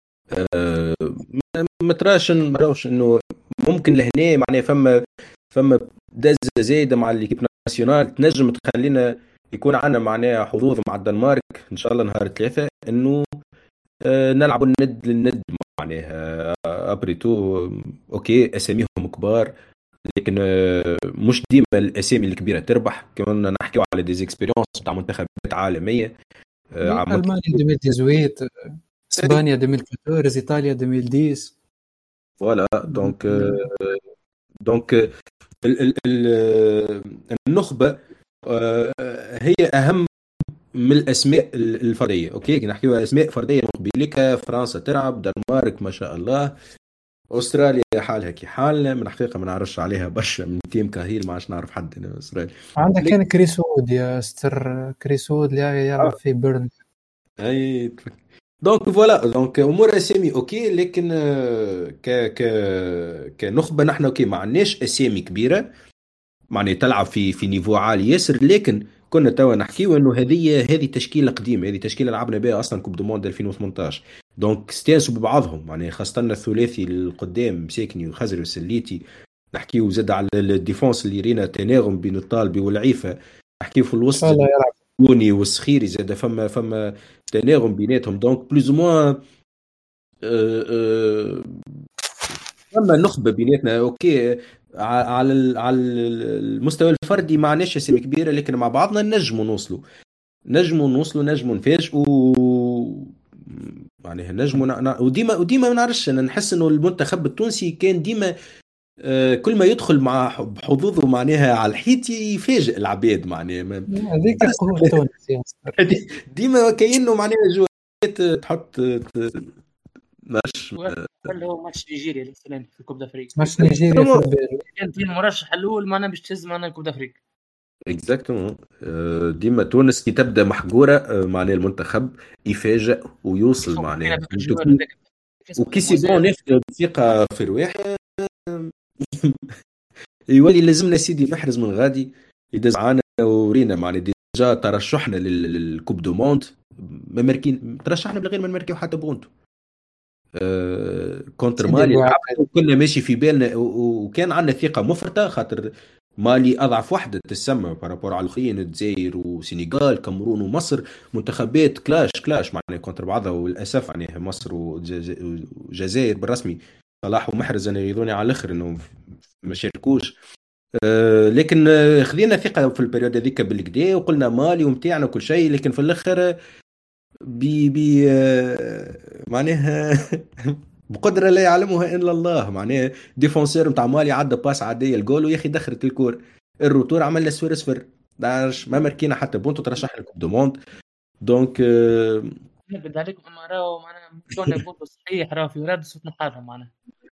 آه، ما ما تراش ما راوش انه ممكن لهنا معناها فما فما دزه زايده مع الكيب ناسيونال تنجم تخلينا يكون عندنا معناها حظوظ مع الدنمارك ان شاء الله نهار ثلاثه انه آه، نلعب الند للند معناها آه، ابريتو اوكي اساميهم كبار لكن آه، مش ديما الاسامي الكبيره تربح كمان نحكيو على ديز اكسبيريونس تاع منتخبات عالميه آه، وي عملت ألمانيا ألفين وثمانية عشر، إسبانيا ألفين وأربعة عشر، إيطاليا ألفين وعشرة. فوالا دونك دونك ال- ال- ال- النخبة آه، هي أهم من الأسماء الفردية أوكي كي نحكيو أسماء فردية نخبي لك فرنسا تلعب دنمارك ما شاء الله أستراليا حالها كي حالنا من الحقيقة ما نعرفش عليها برشا من تيم كاهيل ما عادش نعرف حد أنا أستراليا عندك لك كان كريس وود يا ستر، كريس وود اللي يلعب في بيرن. أي دونك فوالا دونك امور اسامي اوكي لكن آه، ك ك كنخبه نحن اوكي ما عندناش اسامي كبيره معني تلعب في في نيفو عالي ياسر لكن كنا توا نحكيو انه هذه هذه تشكيله قديمه هذه تشكيله لعبنا بها اصلا كوب دو موند ألفين وثمانية عشر دونك استانسوا ببعضهم يعني خاصه الثلاثي القدام مساكني وخزري وسليتي نحكيو زاد على الديفونس اللي رينا تناغم بين الطالبي والعيفه نحكيو في إن الوسط شاء زاد الله يلعب. بوني والسخيري زاد فما فما تناغم بيناتهم دونك بلوز موان فما نخبه بيناتنا اوكي ع- على ال- على المستوى الفردي ما عندناش اسامي كبيره لكن مع بعضنا نجموا نوصلوا نجموا نوصلوا نجموا نفاجئوا يعني نجموا ن- ن- وديما وديما ما نعرفش انا نحس انه المنتخب التونسي كان ديما آه، كل ما يدخل مع ح- بحظوظه معناها على الحيط يفاجئ العباد معناها ما- هذيك قوة تونس يا ستر. ديما كأنه معناها جوات تحط مش ولا هو ماتش نيجيريا الفلاني في كوب دافريك ماتش نيجيريا في البال. كانت هي المرشح الاول معنا باش تهز معنا كوب دافريك. اكزاكتومون ديما تونس كي تبدا محجوره آه، معناها المنتخب يفاجئ ويوصل معناها وكي سي بون ناخذ ثقه في رواحه يولي لازمنا سيدي محرز من غادي يدز معانا ورينا معناها ديجا ترشحنا لل- للكوب دو موند ما ماركين ترشحنا من غير ما نماركيو حتى بونتو آه، كونتر سيدي مالي أبو لعبنا عبد. وكنا ماشي في بالنا و- و- وكان عندنا ثقه مفرطه خاطر مالي اضعف وحده تسمى بارابور على الاخرين الجزائر وسينيغال كامرون ومصر منتخبات كلاش كلاش معناها كونتر بعضها وللاسف يعني مصر والجز- والجزائر بالرسمي صلاح ومحرز انا يغيظوني على الاخر انه ما شاركوش آه، لكن آه، خذينا ثقه في البريود هذيك بالكدا وقلنا مالي ومتاعنا وكل شيء لكن في الاخر بي بي آه، معناها بقدره لا يعلمها الا الله. معناها ديفونسور نتاع مالي عدى باس عاديه الجول ويا اخي دخلت الكور. الروتور عمل له صفر صفر. داش ما مركينا حتى بونتو ترشح لكم دو موند. دونك آه، نبدا عليكم اما راهو معناها شلون يبوظوا صحيح راهو في رادس وتنحالهم معناها.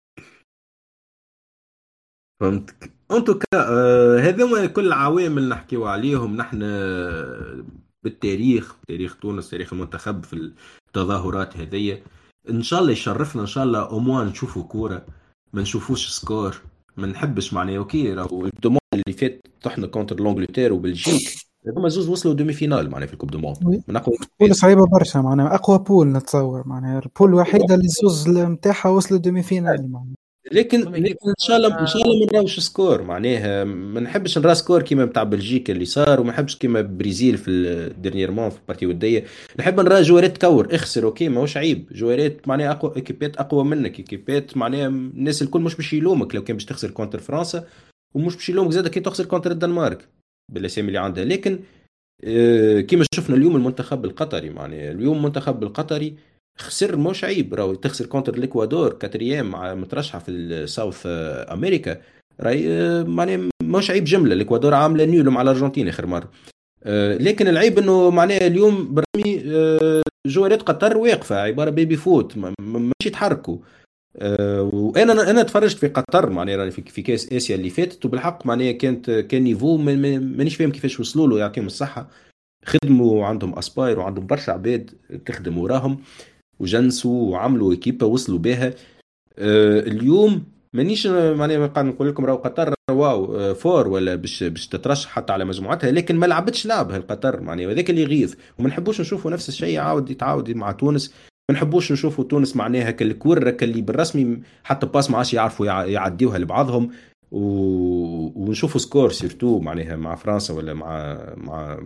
فهمتك. انتو كا آه، هذوما كل العوامل نحكيو عليهم نحن آه، بالتاريخ، تاريخ تونس، تاريخ المنتخب في التظاهرات هذية. ان شاء الله يشرفنا ان شاء الله اوموان نشوفوا كورة، ما نشوفوش سكور. ما نحبش معناها اوكي راهو الدومون اللي فات طحنا كونتر لونجلتير وبلجيك، هما زوز وصلوا دومي فينال معناها في الكوب دو موند وي. من اقوى بول الفرق. صعيبة برشا معناها، أقوى بول نتصور معناها، البول الوحيدة اللي الزوز متاعها وصلوا دومي فينال معناها. لكن فما لكن كيف ان شاء الله ان شاء الله ما نراوش سكور معناها. ما نحبش نرى سكور كيما بتاع بلجيكا اللي صار، وما نحبش كيما برازيل في الديرنييرمون في البارتي وديه. نحب نرى جوارات تكور اخسر اوكي ماهوش عيب، جوارات معناها اقوى ايكيبات اقوى منك، ايكيبات معناها الناس الكل مش باش يلومك لو كان باش تخسر كونتر فرنسا، ومش باش يلومك زاد كي تخسر كونتر الدنمارك بالاسامي اللي عندها. لكن آه، كيما شفنا اليوم المنتخب القطري، معناها اليوم المنتخب القطري خسر مش عيب. راهو تخسر كونتر الاكوادور كاتريام مع مترشحه في الساوث آه، امريكا. راهي آه، معناها مش عيب جمله. الاكوادور عامله نيول مع الارجنتين اخر مره. آه، لكن العيب انه معناها اليوم برمي آه، جوارات قطر واقفه عباره بيبي فوت ما- ما- مش يتحركوا. آه، وانا انا تفرجت في قطر معناها راني في في كاس اسيا اللي فاتت، وبالحق معناها كانت كان نيفو ما- ما- مانيش فاهم كيفاش وصلوا له، يعطيهم الصحه. خدموا عندهم اسباير وعندهم برشا عباد تخدم وراهم وجنسوا وعملوا اكيبا وصلوا بها. آه، اليوم مانيش معناها قاعد نقول لكم راهو قطر واو آه، فور ولا باش باش تترشح حتى على مجموعتها، لكن ما لعبتش لعبها القطر معناها، وهذاك اللي يغيظ. وما نحبوش نشوفوا نفس الشيء عاود يتعاود مع تونس. ما نحبوش نشوفوا تونس معناها كالكورة اللي بالرسمي حتى باس ما عادش يعرفوا يع- يعديوها لبعضهم. و... ونشوفوا سكور سيرتو معناها مع فرنسا ولا مع مع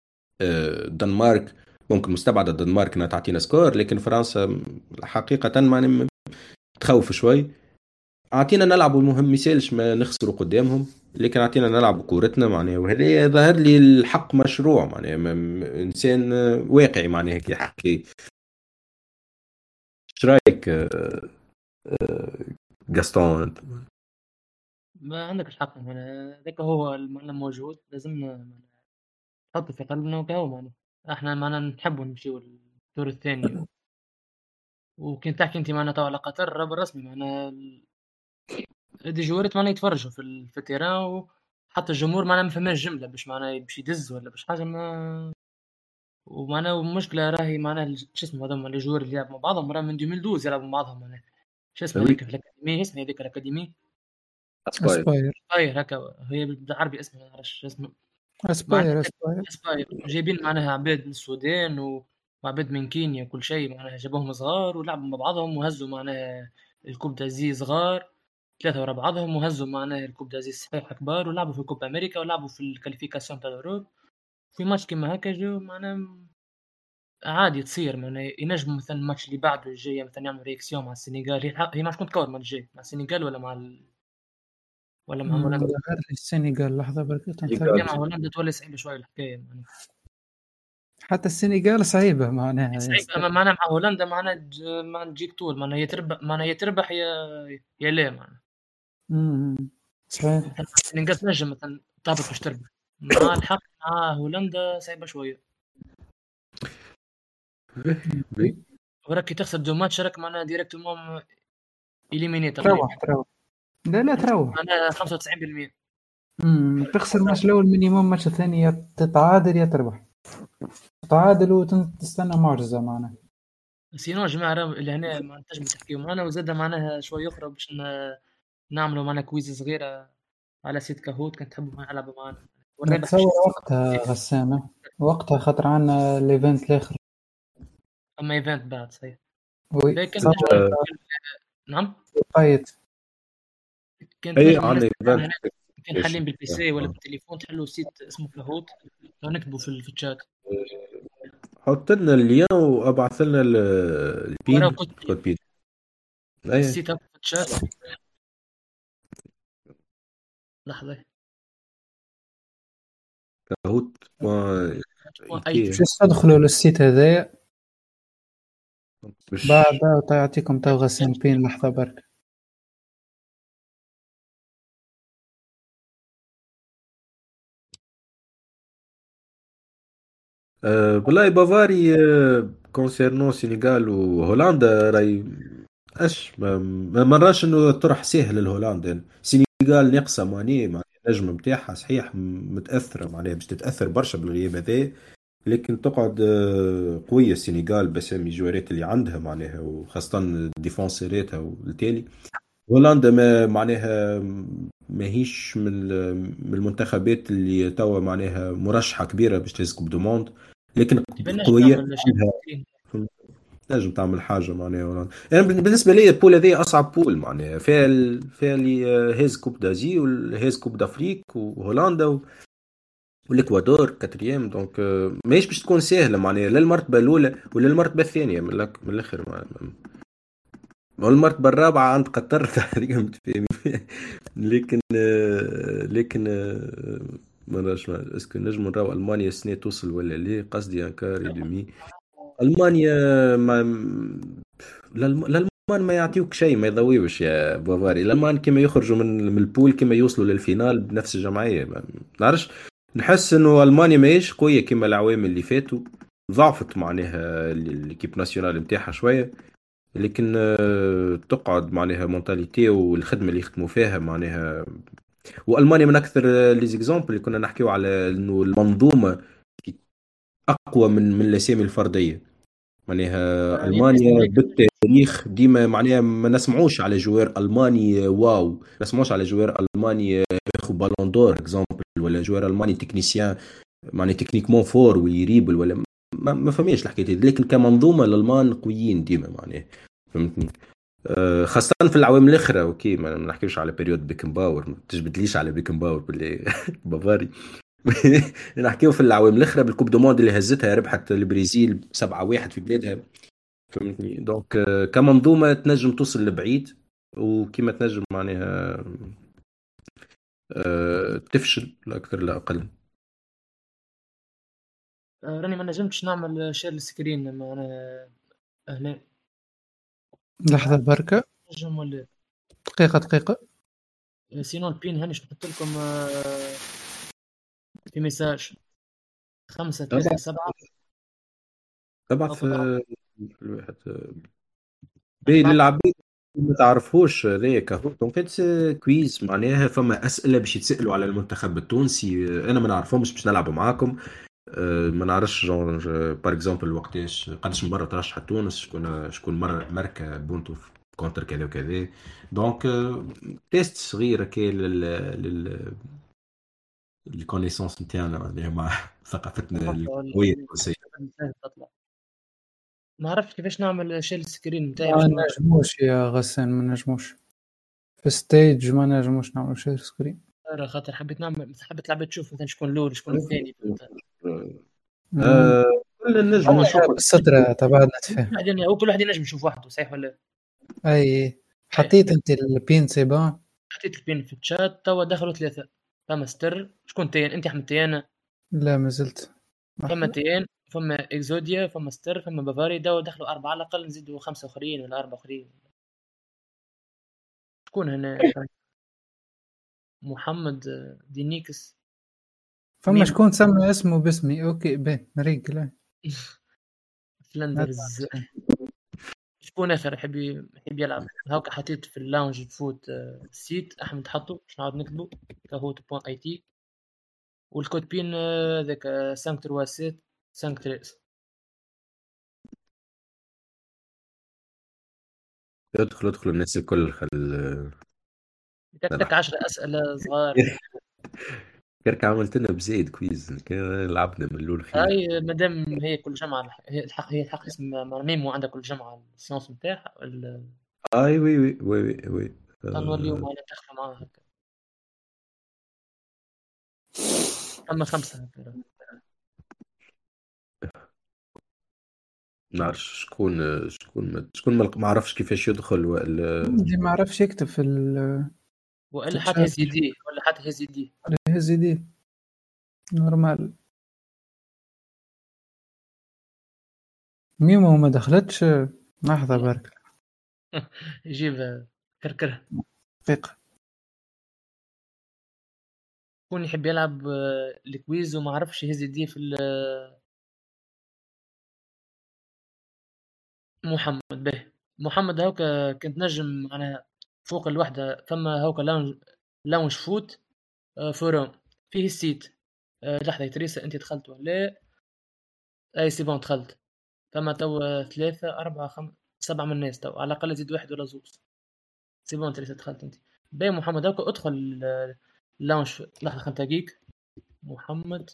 آه، الدنمارك. ممكن مستبعد الدنمارك انها تعطينا سكور، لكن فرنسا حقيقة يعني تخوف شوي. اعطينا نلعب، المهم ما يسالش ما نخسروا قدامهم، لكن اعطينا نلعب كورتنا معناها. وهذا ظهر لي الحق مشروع معناها م- م- انسان واقعي معناها هيك يحكي. ايش رايك آه، جاستون انت؟ ما عندك الحق معناها ذاك هو المعنى موجود لازمنا نحطه في قلبنا وكهو معناها احنا معنا نحبوا نمشيو الدور الثاني. وكنت تحكي انت معنا تو على قطر راه بالرسمي معنا دي جوارت معنا يتفرجوا في ال- في التيران، وحتى الجمهور معنا ما فهماش جمله باش معنا باش يدز ولا باش حاجه ما. ومعناها المشكله راهي معناها ال- شو اسمه هذوما لي جوار اللي يلعبوا مع بعضهم راه من ألفين واثناشر يلعبوا مع بعضهم معناها. شو اسمه وي هذيك في الاكاديميه اسمها هذيك الاكاديميه اسباير. اسباير اسباير هكا هي بالعربي اسمها ما نعرفش شو اسمه. معناها اسباير اسباير اسباير جايبين معناها عباد من السودان و- وعباد من كينيا كل شيء معناها جابوهم صغار ولعبوا مع بعضهم وهزوا معناها الكوب دازي صغار ثلاثة ورا بعضهم، وهزوا معناها الكوب دازي صحيح كبار، ولعبوا في كوب امريكا ولعبوا في الكاليفيكاسيون تاع الأوروب. في ماتش كيما هكا جو معناها عادي تصير معناها ينجم مثلا الماتش اللي بعده الجاي مثلا يعملوا رياكسيون مع السنغال. هي هي ماتش كنت كور الماتش الجاي مع السنغال ولا مع ال... ولا مع أمم، هولندا. غير السنغال لحظة بركة هي مع نتأكد. هولندا تولي صعيبة شوية الحكاية يعني. حتى السنغال صعيبة معناها صعيب يست- اما معناها مع هولندا معناها ج- معناها تجيك طول معناها هي تربح معناها هي تربح يا يا لا معناها. أمم، صحيح. مثلا السنغال تنجم مثلا تهبط باش تربح، مع الحق مع هولندا صعيبة شوية. أمم. وراك كي تخسر دو ماتش راك معناها ديريكتومون إليميني تقريبا. تروح تروح لا لا تروح. معناها خمسة وتسعين بالمية. أمم، تخسر الماتش الأول مينيموم، ماتش الثاني يا تتعادل يا تربح، تتعادل وتستنى معجزة معناها. سينو يا جماعة راه اللي هنا ما تنجم تحكيو معنا وزاد معناها شوية أخرى باش ن- نعملوا معنا كويز صغيرة على سيت كاهوت كنت تحبوا معنا يلعبوا معنا والرابح باش نتصور يكسب. وقتها غسامة، وقتها خطر عنا الايفنت الاخر. أما إيفنت بعد صحيح. وي لكن تصور نجم نعم قايد. كانت اي نجم الناس عندي معنا ايفنت. هنا كان حالين بالبي سي ولا بالتليفون تحلوا سيت اسمه كاهوت لو نكتبوا في, ال- في الشات. حط لنا اللين وابعث لنا ال- وراه البين كود كود بين. اي السيت اب في الشات. لحظة كهوت ما اي باش كي تدخلوا للسيت هذايا مش بعد تعطيكم تو غسان بين لحظة برك. أه والله بافاري أه كونسيرنو سينيغال وهولندا راي اش ما ما مراش انه طرح سهل لهولندا يعني. السنغال ناقصه ماني مع النجم نتاعها صحيح م- متاثره معناها باش تتاثر برشا بالغياب هذا، لكن تقعد آه، قويه السنغال باسامي الجوارات اللي عندها معناها وخاصه ديفونسيراتها والتالي. هولندا ما معناها ماهيش من ال- من المنتخبات اللي توا معناها مرشحه كبيره باش تهز كوب دو موند، لكن تبناش قويه نعمل شيء عندها. روتين. تنجم تعمل حاجه معناها هولندا. يعني بالنسبه لي البول هذه اصعب بول معناها فيها ال... فيها اللي هيز كوب دازي والهيز كوب دافريك وهولندا و... والاكوادور كاتريام. دونك آه، ماهيش باش تكون سهله معناها لا المرتبه الاولى ولا المرتبه الثانيه من, الأك... من الاخر مع... والمرتبه الرابعه عند قطر تقريبا متفاهمين فيها. لكن آه، لكن آه، ما نعرفش اسكو نجم نراو المانيا السنه توصل ولا لا، قصدي ان كاري دومي. المانيا ما الألم- الالمان ما يعطيوك شيء، ما يضويوش يا بافاري. الالمان كما يخرجوا من من البول كما يوصلوا للفينال بنفس الجمعيه. ما نعرفش، نحس انه المانيا ماهيش قويه كما العوام اللي فاتوا، ضعفت معناها الكيب ناسيونال نتاعها شويه. لكن آه، تقعد معناها مونتاليتي والخدمه اللي يخدموا فيها معناها. والمانيا من اكثر لي زيكزامبل اللي كنا نحكيو على انه المنظومه اقوى من من الاسامي الفرديه معناها. يعني انت المانيا هيك بالتاريخ ديما معناها ما نسمعوش على جوار الماني واو، ما نسمعوش على جوار الماني ياخذ بالون دور اكزامبل، ولا جوار الماني تكنيسيان معني تكنيكمون فور ويريبل ولا ما, ما فهميش الحكايه دي. لكن كمنظومه الالمان قويين ديما معناها، فهمتني. آه، خاصة في العوامل الأخرى. أوكي ما نحكيوش على بيريود بيكن باور، ما تجبدليش على بيكن باور باللي بافاري. نحكيو في العوامل الأخرى بالكوب دو موند اللي هزتها، ربحت البرازيل سبعة واحد في بلادها، فهمتني. دونك آه، كمنظومة تنجم توصل لبعيد، وكما تنجم معناها آه، تفشل لا أكثر لا أقل. آه، راني ما نجمتش نعمل شير سكرين لما انا هنا. لحظة بركة، نجم ولا دقيقة دقيقة. آه، سينو البين هانيش نحط لكم آه، في مساج خمسة ثلاثة ابعث سبعة ابعث أوكي بعد. آه، الواحد آه، أنا بي بعت للعبيد ما تعرفوش ذي كهو. دونك سي كويز معناها فما اسئله باش يتسالوا على المنتخب التونسي، آه، انا ما نعرفهمش باش نلعب معاكم. آه، ما نعرفش جون بار اكزومبل وقتاش قداش من مره ترشح تونس، شكون شكون مره ماركه بونتو في كونتر كذا وكذا. دونك آه، تيست صغيره كي لل لل الكونيسونس نتاعنا اللي هي مع ثقافتنا نحط ولا القويه التونسيه. المساج تطلع. ما عرفتش كيفاش نعمل شير سكرين نتاعي ما باش ما نجموش يا غسان، ما نجموش في ستيج، ما نجموش نعمل شير سكرين. أرى خاطر حبيت نعمل حبيت لعبة تشوف مثلا شكون الأول شكون الثاني فهمت. مم. آه، كل نجم خليها نشوف. بالسترة تبعنا كل نتفاهم. واحد يعني هو كل واحد ينجم يشوف وحده صحيح ولا لا؟ اي صحيح. حطيت انت البين سيبان. حطيت البين في الشات توا دخلوا ثلاثة. فما ستر شكون تيان انت احمد تيانا. لا ما زلت فما لحظة. تيان فما اكزوديا فما ستر فما بافاري دوا دخلوا أربعة على الأقل نزيدوا خمسة أخرين ولا أربعة أخرين. شكون هنا محمد آه، دينيكس فما ميم شكون سمى اسمه باسمي. اوكي بيه مريق لا. فلندرز. شكون اخر يحب ي- يحب يلعب هاكا حطيت في اللاونج تفوت آه، السيت احمد حطه باش نعاود نكتبه كهوت بوان اي تي والكود بين آه، ذاك خمسة ثلاثة سبعة خمسة ثلاثة. ادخل ادخل الناس الكل خل تك تك نلعب. عشرة اسئله صغار. كرك عملت لنا بزيد كويز كان لعبنا من الاول خير. هاي مادام هي كل جمعه هي الحق هي الحق اسم ميمو عندها كل جمعه السيونس نتاعها ال- اي وي وي وي وي, وي. نوليو آه. ما ندخلوا معاها هكا. اما خمسه هكا. نعرفش شكون شكون شكون ما ما عرفش كيفاش يدخل ولا. اللي ما عرفش يكتب في ال- في والا حتى الشات. هزيدي ولا حتى هزيدي. هزي دي نورمال. ميمو ما دخلتش. لحظة برك يجيب كركره. دقيقة. يكون يحب يلعب آه، الكويز وما عرفش يهز يديه في ال- محمد به. محمد هوكا كنت نجم انا فوق الوحده، فما هوكا لاونج لاونج فوت آه، فورم فيه السيت. آه، لحظه يا تريسا، انت دخلت ولا؟ اي سي بون دخلت. فما تو آه، ثلاثة أربعة خمسة سبعة من الناس، تو على الأقل زيد واحد ولا زوز. سي بون تريسا دخلت أنت. باهي محمد هوكا ادخل آه، لاونج. لحظة خمسة دقيق. محمد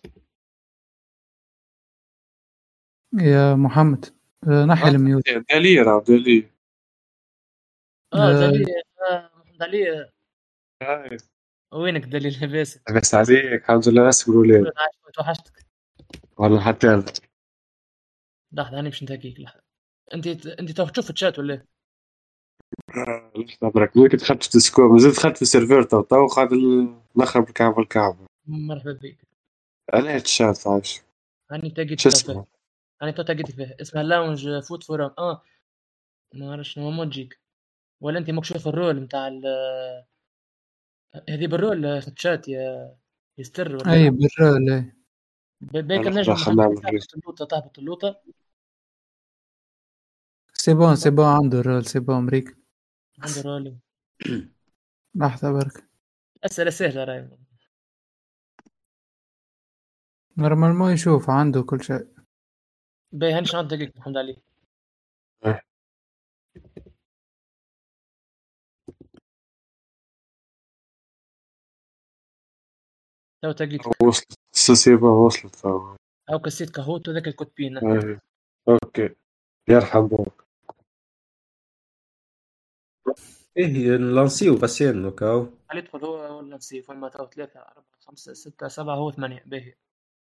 يا محمد آه، نحي الميوت. دالية راه دالية. اه آه، دليل. آه محمد علي. هاي. وينك دليل لاباس؟ بس عليك الحمد لله، ناس ولاد توحشتك. والله حتى أنا. لحظة هاني باش نتهكيك. لحظة، انت انت تو تشوف الشات ولا إيه؟ آه، لحظة برك، ملي كنت دخلت في الديسكورد مازلت دخلت في السيرفر، تو تو قاعد نخرب الكعب والكعب. مرحبا بك. أنا الشات عايش. هاني تلقيت شو تو فيه. اسمه؟ هاني تو تلقيت فيه اسمها لاونج فوت فورم. اه ما نعرفش شنو ما تجيك، ولا انت ماك شوف الرول نتاع ال- هذه بالرول في الشات يا يستر ولا أي إيه؟ بالرول أي. ب- بيك لحظة النجم خلنا محمد نعمل ريف. تهبط اللوطة تهبط اللوطة. سي بون سي بون عنده الرول سي بون أمريكا. عنده رول. لحظة برك. أسئلة سهلة راي. نورمالمون يشوف عنده كل شيء. باهي هاني شنو دقيقة محمد علي. إيه. تو تلقيتك. وصلت السيبا، وصلت تو. او كسيت كهوت وذاك الكوتبين. إيه. أوكي، يرحم بوك. ايه نلانسيو غسان وكاو. هل يدخل هو ولا نسيف؟ فما تو ثلاثة أربعة خمسة ستة سبعة، هو ثمانية. باهي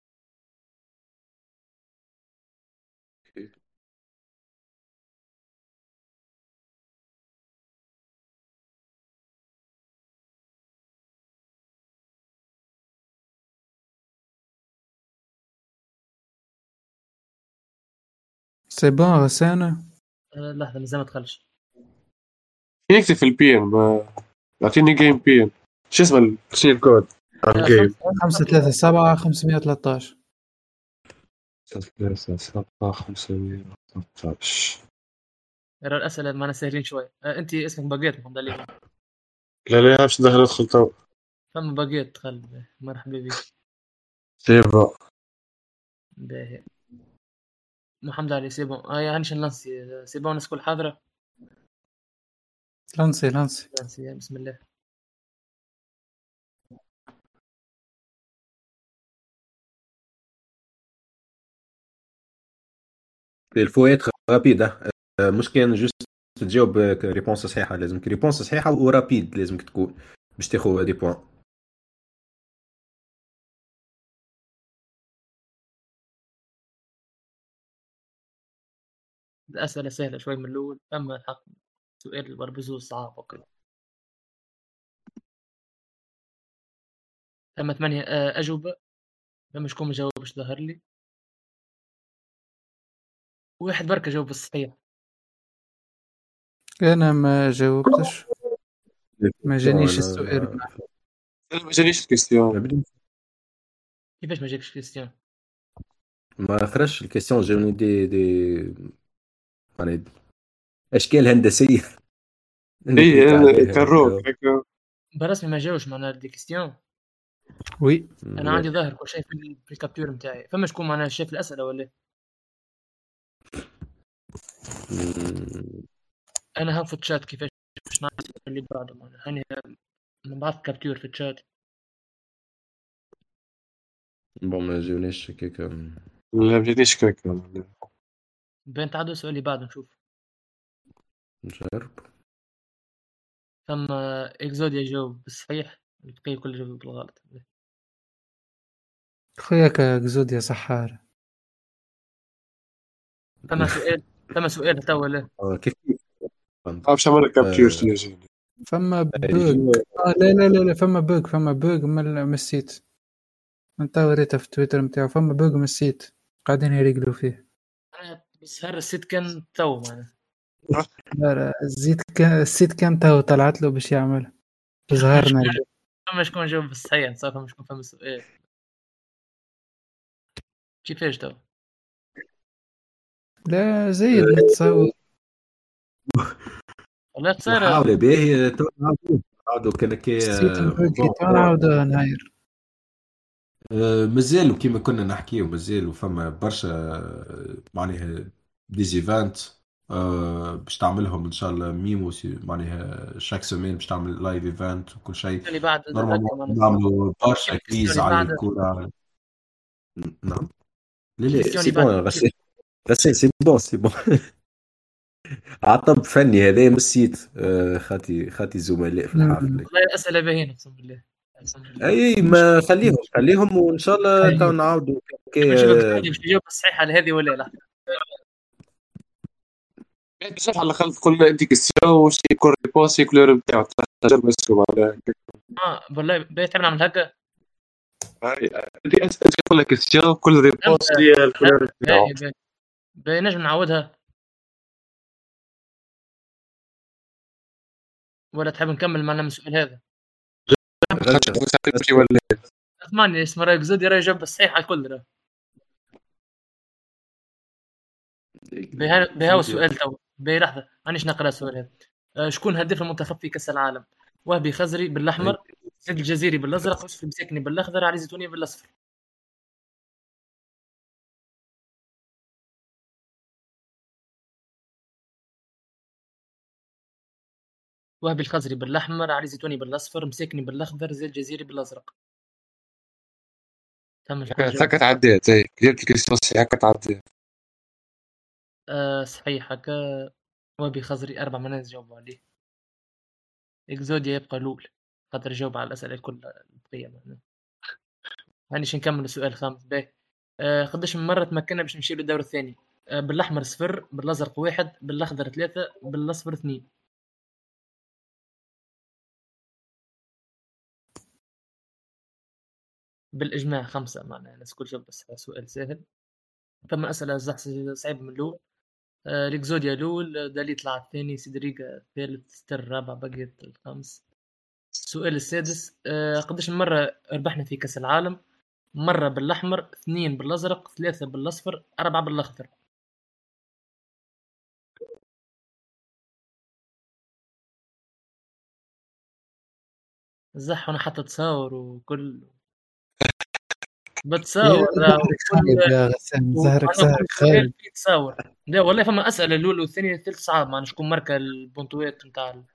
سي بون غسانة. آه لحظة مازال ما دخلش. يكتب في البي ام، يعطيني جيم بي ام. شو اسمه شو الكود على آه الجيم؟ خمسة خمسة ثلاثة سبعة خمسمية وثلاثة ثلاثة سبعة خمسمية وثلاثة. يرى الأسئلة معنا سهلين شوي. آه أنت اسمك باقيت محمد علي. لا لا باش ندخل ندخل تو. فما باقيت دخل. باهي. مرحبا بك. سيبا. باهي محمد علي سيبون. آه يا هاني شنلانسي سيبون نسكول حاضرة. لانسي لانسي. لانسي بسم الله. الفوات رابيد، مش كان جوست تجاوب ريبونس صحيحة، لازمك ريبونس صحيحة ورابيد لازمك تكون باش تاخذ دي بوان. الأسئلة سهلة شوي من الأول، أما الحق سؤال بربزوز صعب وكذا. أما ثمانية آه أجوبة، فما شكون ما جاوبش ظهر لي. واحد بركة جاوب الصحيح. أنا ما جاوبتش، ما جانيش انا السؤال. انا ما جانيش الكيستيون. ما كيفاش ما جاكش كريستيان؟ ما خرجش الكيستيون، جاوني دي دي يعني اشكال هندسيه اي نكليك عليها كروك وكذا. هكا. برسمي ما جاوش معناها دي كريستيان. وي انا عندي ظاهر كل شيء في, ال- في الكابتور نتاعي. فما شكون معناها شايف الاسئله ولا إيه؟ مم. انا ها في الشات كيفاش باش نعرف اللي بعده معناها. هاني نبعث كابتور في الشات. بون ما جاونيش هكاك. لا ما جانيش كاكا. بين تعدوا السؤال اللي بعده نشوف. نجرب. ثم اكزوديا جاوب بالصحيح، البقية كل جاوب بالغلط. خوياك اكزوديا سحار. فما سؤال فما سؤال تو ولا آه، كيف باش نعمل كابتور آه، تيجي. فما بوك. يجي- آه لا لا لا لا فما بوك فما بوك من من السيت. انت وريتها في تويتر نتاعو، فما بوك من السيت قاعدين يريقلوا فيه. أنا بس هذا السيت كان تو معناها. لا لا الزيت كان السيت كان تو طلعت له باش يعمل ظهرنا. فما شكون جاوب بالصحيح صافي ما شكون فهم السؤال كيفاش تو لا زيد نتصور لا تصير محاولة باهية تو نعاودو نعاودو كان كي السيت نبقي بون. تو نعاودوها نهاير. آه، مازالوا كيما كنا نحكيو مازالوا فما برشا آه، معناها ديزيفانت باش تعملهم ان شاء الله ميمو سي- معناها شاك سيمين باش تعمل لايف ايفنت وكل شيء. اللي بعد نورمالمون هكا معناتها نعملوا برشا كويز اللي على بعد الكورة. نعم. لا لا الكيستيون سي اللي بعد بون غسان غسان سي بون سي بون. عطب فني هذا من السيت آه، خاطي خاطي زملاء في الحافلة. والله الاسئله باهيين اقسم بالله اقسم بالله اي ما خليهم خليهم وان شاء الله تو نعاودوا كي نشوفك آه، تحلي باش تجاوب الصحيحه على هذه ولا لا بصح على الاقل تقول له انت كيستيون واش يكون ريبونس يكلور نتاعو تجرب اسكو على اه والله بيت نعمل هكا انت انت تقول لك كيستيون كل ريبونس هي الكلور نتاعو. باهي باهي باهي نجم نعاودها ولا تحب نكمل معنا من السؤال هذا خاطر تمشي ولا اسمعني اسمه رايك زود يرى جاب الصحيحه الكل راه بها بها السؤال تو باهي لحظه مانيش نقرا السؤال هذا آه شكون هداف المنتخب في كاس العالم؟ وهبي خزري بالاحمر، سيد الجزيري بالازرق، يوسف المساكني بالاخضر، علي زيتوني بالاصفر. وهبي الخزري بالاحمر، علي زيتوني بالاصفر، مساكني بالاخضر، زيد الجزيري بالازرق. تم هكا عديت اي جبت الكيستيون صحيح هكا تعديت. آه صحيح هكا وهبي خزري اربع منازل جاوبوا عليه. اكزوديا يبقى الاول خاطر يجاوب على الاسئله كلها البقيه. هانيش نكمل السؤال الخامس. باهي آه قداش من مره تمكنا باش نمشي للدور الثاني؟ آه بالاحمر صفر، بالازرق واحد، بالاخضر ثلاثه، بالاصفر اثنين. بالاجماع خمسه معناها الناس كل جاوب بس سؤال سهل. ثم اسئله صعيبه من الاول. آه الاكزوديا الاول، دالي طلع الثاني، سيدريكا الثالث، ستر الرابع، بقيت الخامس. السؤال السادس آه قداش من مره ربحنا في كاس العالم؟ مره بالاحمر، اثنين بالازرق، ثلاثه بالاصفر، اربعه بالاخضر. زح انا حتى تصاور وكل بتصاور زهرك خايب يا غسان زهرك زهرك خايب. تصاور لا والله فما اسئله الاولى والثانيه والثالث صعب ما شكون ماركه البونتوات نتاع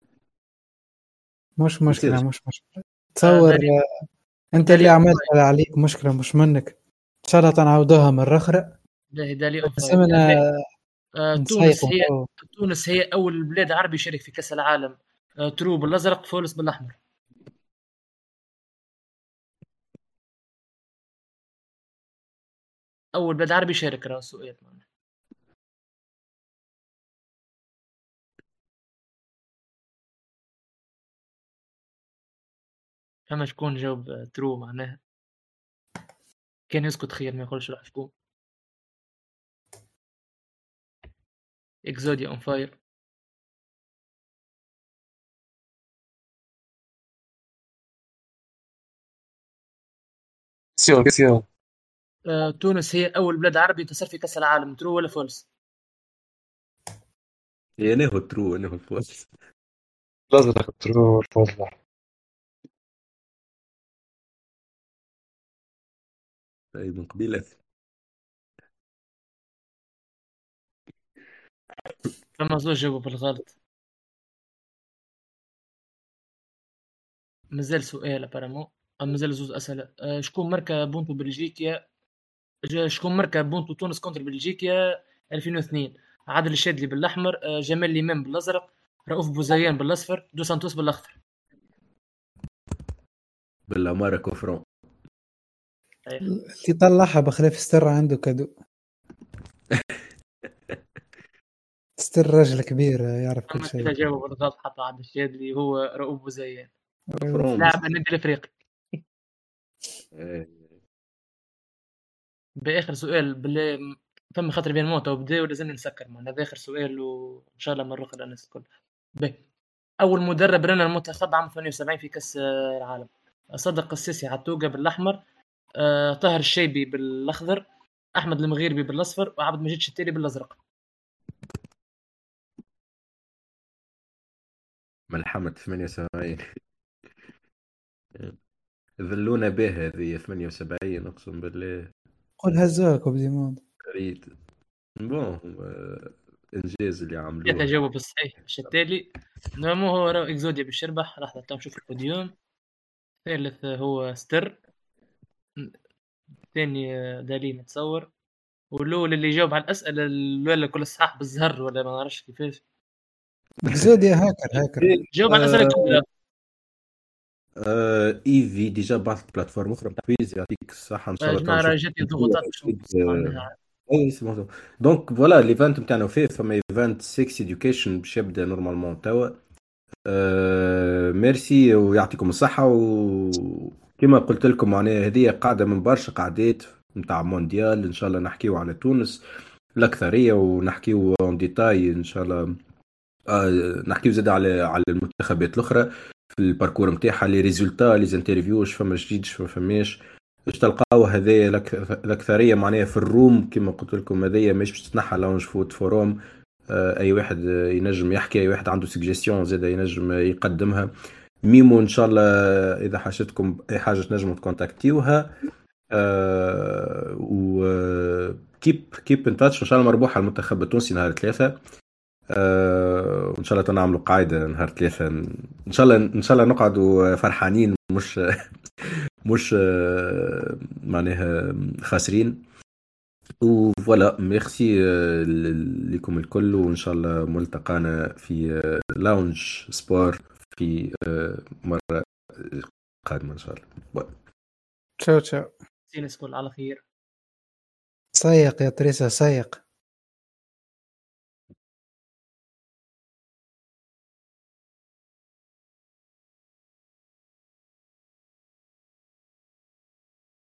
مش مشكلة مش مشكلة تصور آه انت اللي عملت على عليك مشكلة مش منك. ان شاء الله تنعودوها مرة اخرى. باهي دالي بس انا آه تونس هي تونس هي اول بلاد عربي يشارك في كاس العالم. آه ترو بالازرق، فولس بالاحمر. اول بلاد عربي يشارك راه سؤال معنا. فما شكون جاوب ترو معناها كان يسكت خير ما يقولش راح شكون. اكزوديا اون فاير. كيستيون كيستيون آه، تونس هي اول بلاد عربي تصير في كاس العالم. ترو ولا فولس؟ هي انا هو ترو انا هو فولس. لازم تاخذ ترو الفولس. طيب من قبيله فما زوج جاوبوا بالغلط. مازال سؤال ابارامون مازال زوج اسئله. أه شكون ماركه بونتو بلجيكيا شكون ماركه بونتو تونس كونتر بلجيكيا ألفين واثنين؟ عادل الشادلي بالاحمر، أه جمال الامام بالازرق، رؤوف بوزيان بالاصفر، دو سانتوس بالاخضر. بالاماره كفرون اللي طلعها بخلاف ستر عنده كادو. ستر رجل كبير يعرف كل شيء. اما جاوب بالغلط حتى عادل الشادلي هو رؤوف بوزيان لاعب النادي الافريقي. باخر سؤال بالله فما خاطر بين موت وبدا ولازم نسكر معنا هذا اخر سؤال وان شاء الله نروح للناس الكل. باهي اول مدرب رنا المنتخب عام ثمانية وسبعين في كاس العالم. صدق السيسي عتوقة بالاحمر، آه، طاهر الشيبي بالاخضر، احمد المغيربي بالاصفر، وعبد المجيد شتيري بالازرق. ملحمة ثمانية وسبعين. ذلونا به هذه ثمانية وسبعين اقسم بالله. قول هزاك بديمون. ريت بون آه، انجاز اللي ثلاثة عملوه. جاوبوا بالصحيح. الشتالي نعم هو راه اكزوديا بالشربح. لحظة تو نشوف البوديوم. ثالث هو ستر، ثاني دالي متصور، والاول اللي يجاوب على الاسئله الاولى كل صحاح بالزهر ولا ما نعرفش كيفاش. بكزوديا هاكر هاكر جاوب على الاسئله كلها. آه ايفي ديجا بعثت بلاتفورم اخرى بتاع كويز يعطيك الصحة ان شاء يا الله. جماعه راه تنشوف جاتني ضغوطات باش نقص معناها. اي سي بون. دونك فوالا ليفانت نتاعنا فيه فما ايفانت سكس اديوكيشن باش يبدا نورمالمون توا. آه ميرسي ويعطيكم الصحة. وكما قلت لكم معناها هذه قاعدة من برشا قعدات نتاع مونديال ان شاء الله نحكيو على تونس الأكثرية ونحكيو اون ديتاي ان شاء الله. آه نحكيو زاد على على المنتخبات الأخرى في الباركور نتاعها لي ريزولتا لي انترفيو اش فما جديد اش ما فماش باش تلقاو هذايا الأكثرية معناها في الروم كما قلت لكم. هذايا مش باش تتنحى لونج فوت فوروم. آه اي واحد ينجم يحكي، اي واحد عنده سجستيون زاد ينجم يقدمها. ميمو ان شاء الله اذا حاجتكم اي حاجه تنجموا تكونتاكتيوها. أه و كيب كيب ان تاتش. ان شاء الله مربوحه المنتخب التونسي نهار ثلاثة. أه وان شاء الله تنعملوا قاعده نهار ثلاثة ان شاء الله. ان شاء الله نقعدوا فرحانين مش مش معناها خاسرين. وفوالا ميرسي لكم الكل وان شاء الله ملتقانا في لاونج سبور في مرة قادمة إن شاء الله. تشاو تشاو. نسكول على خير. سايق يا تريسا سايق.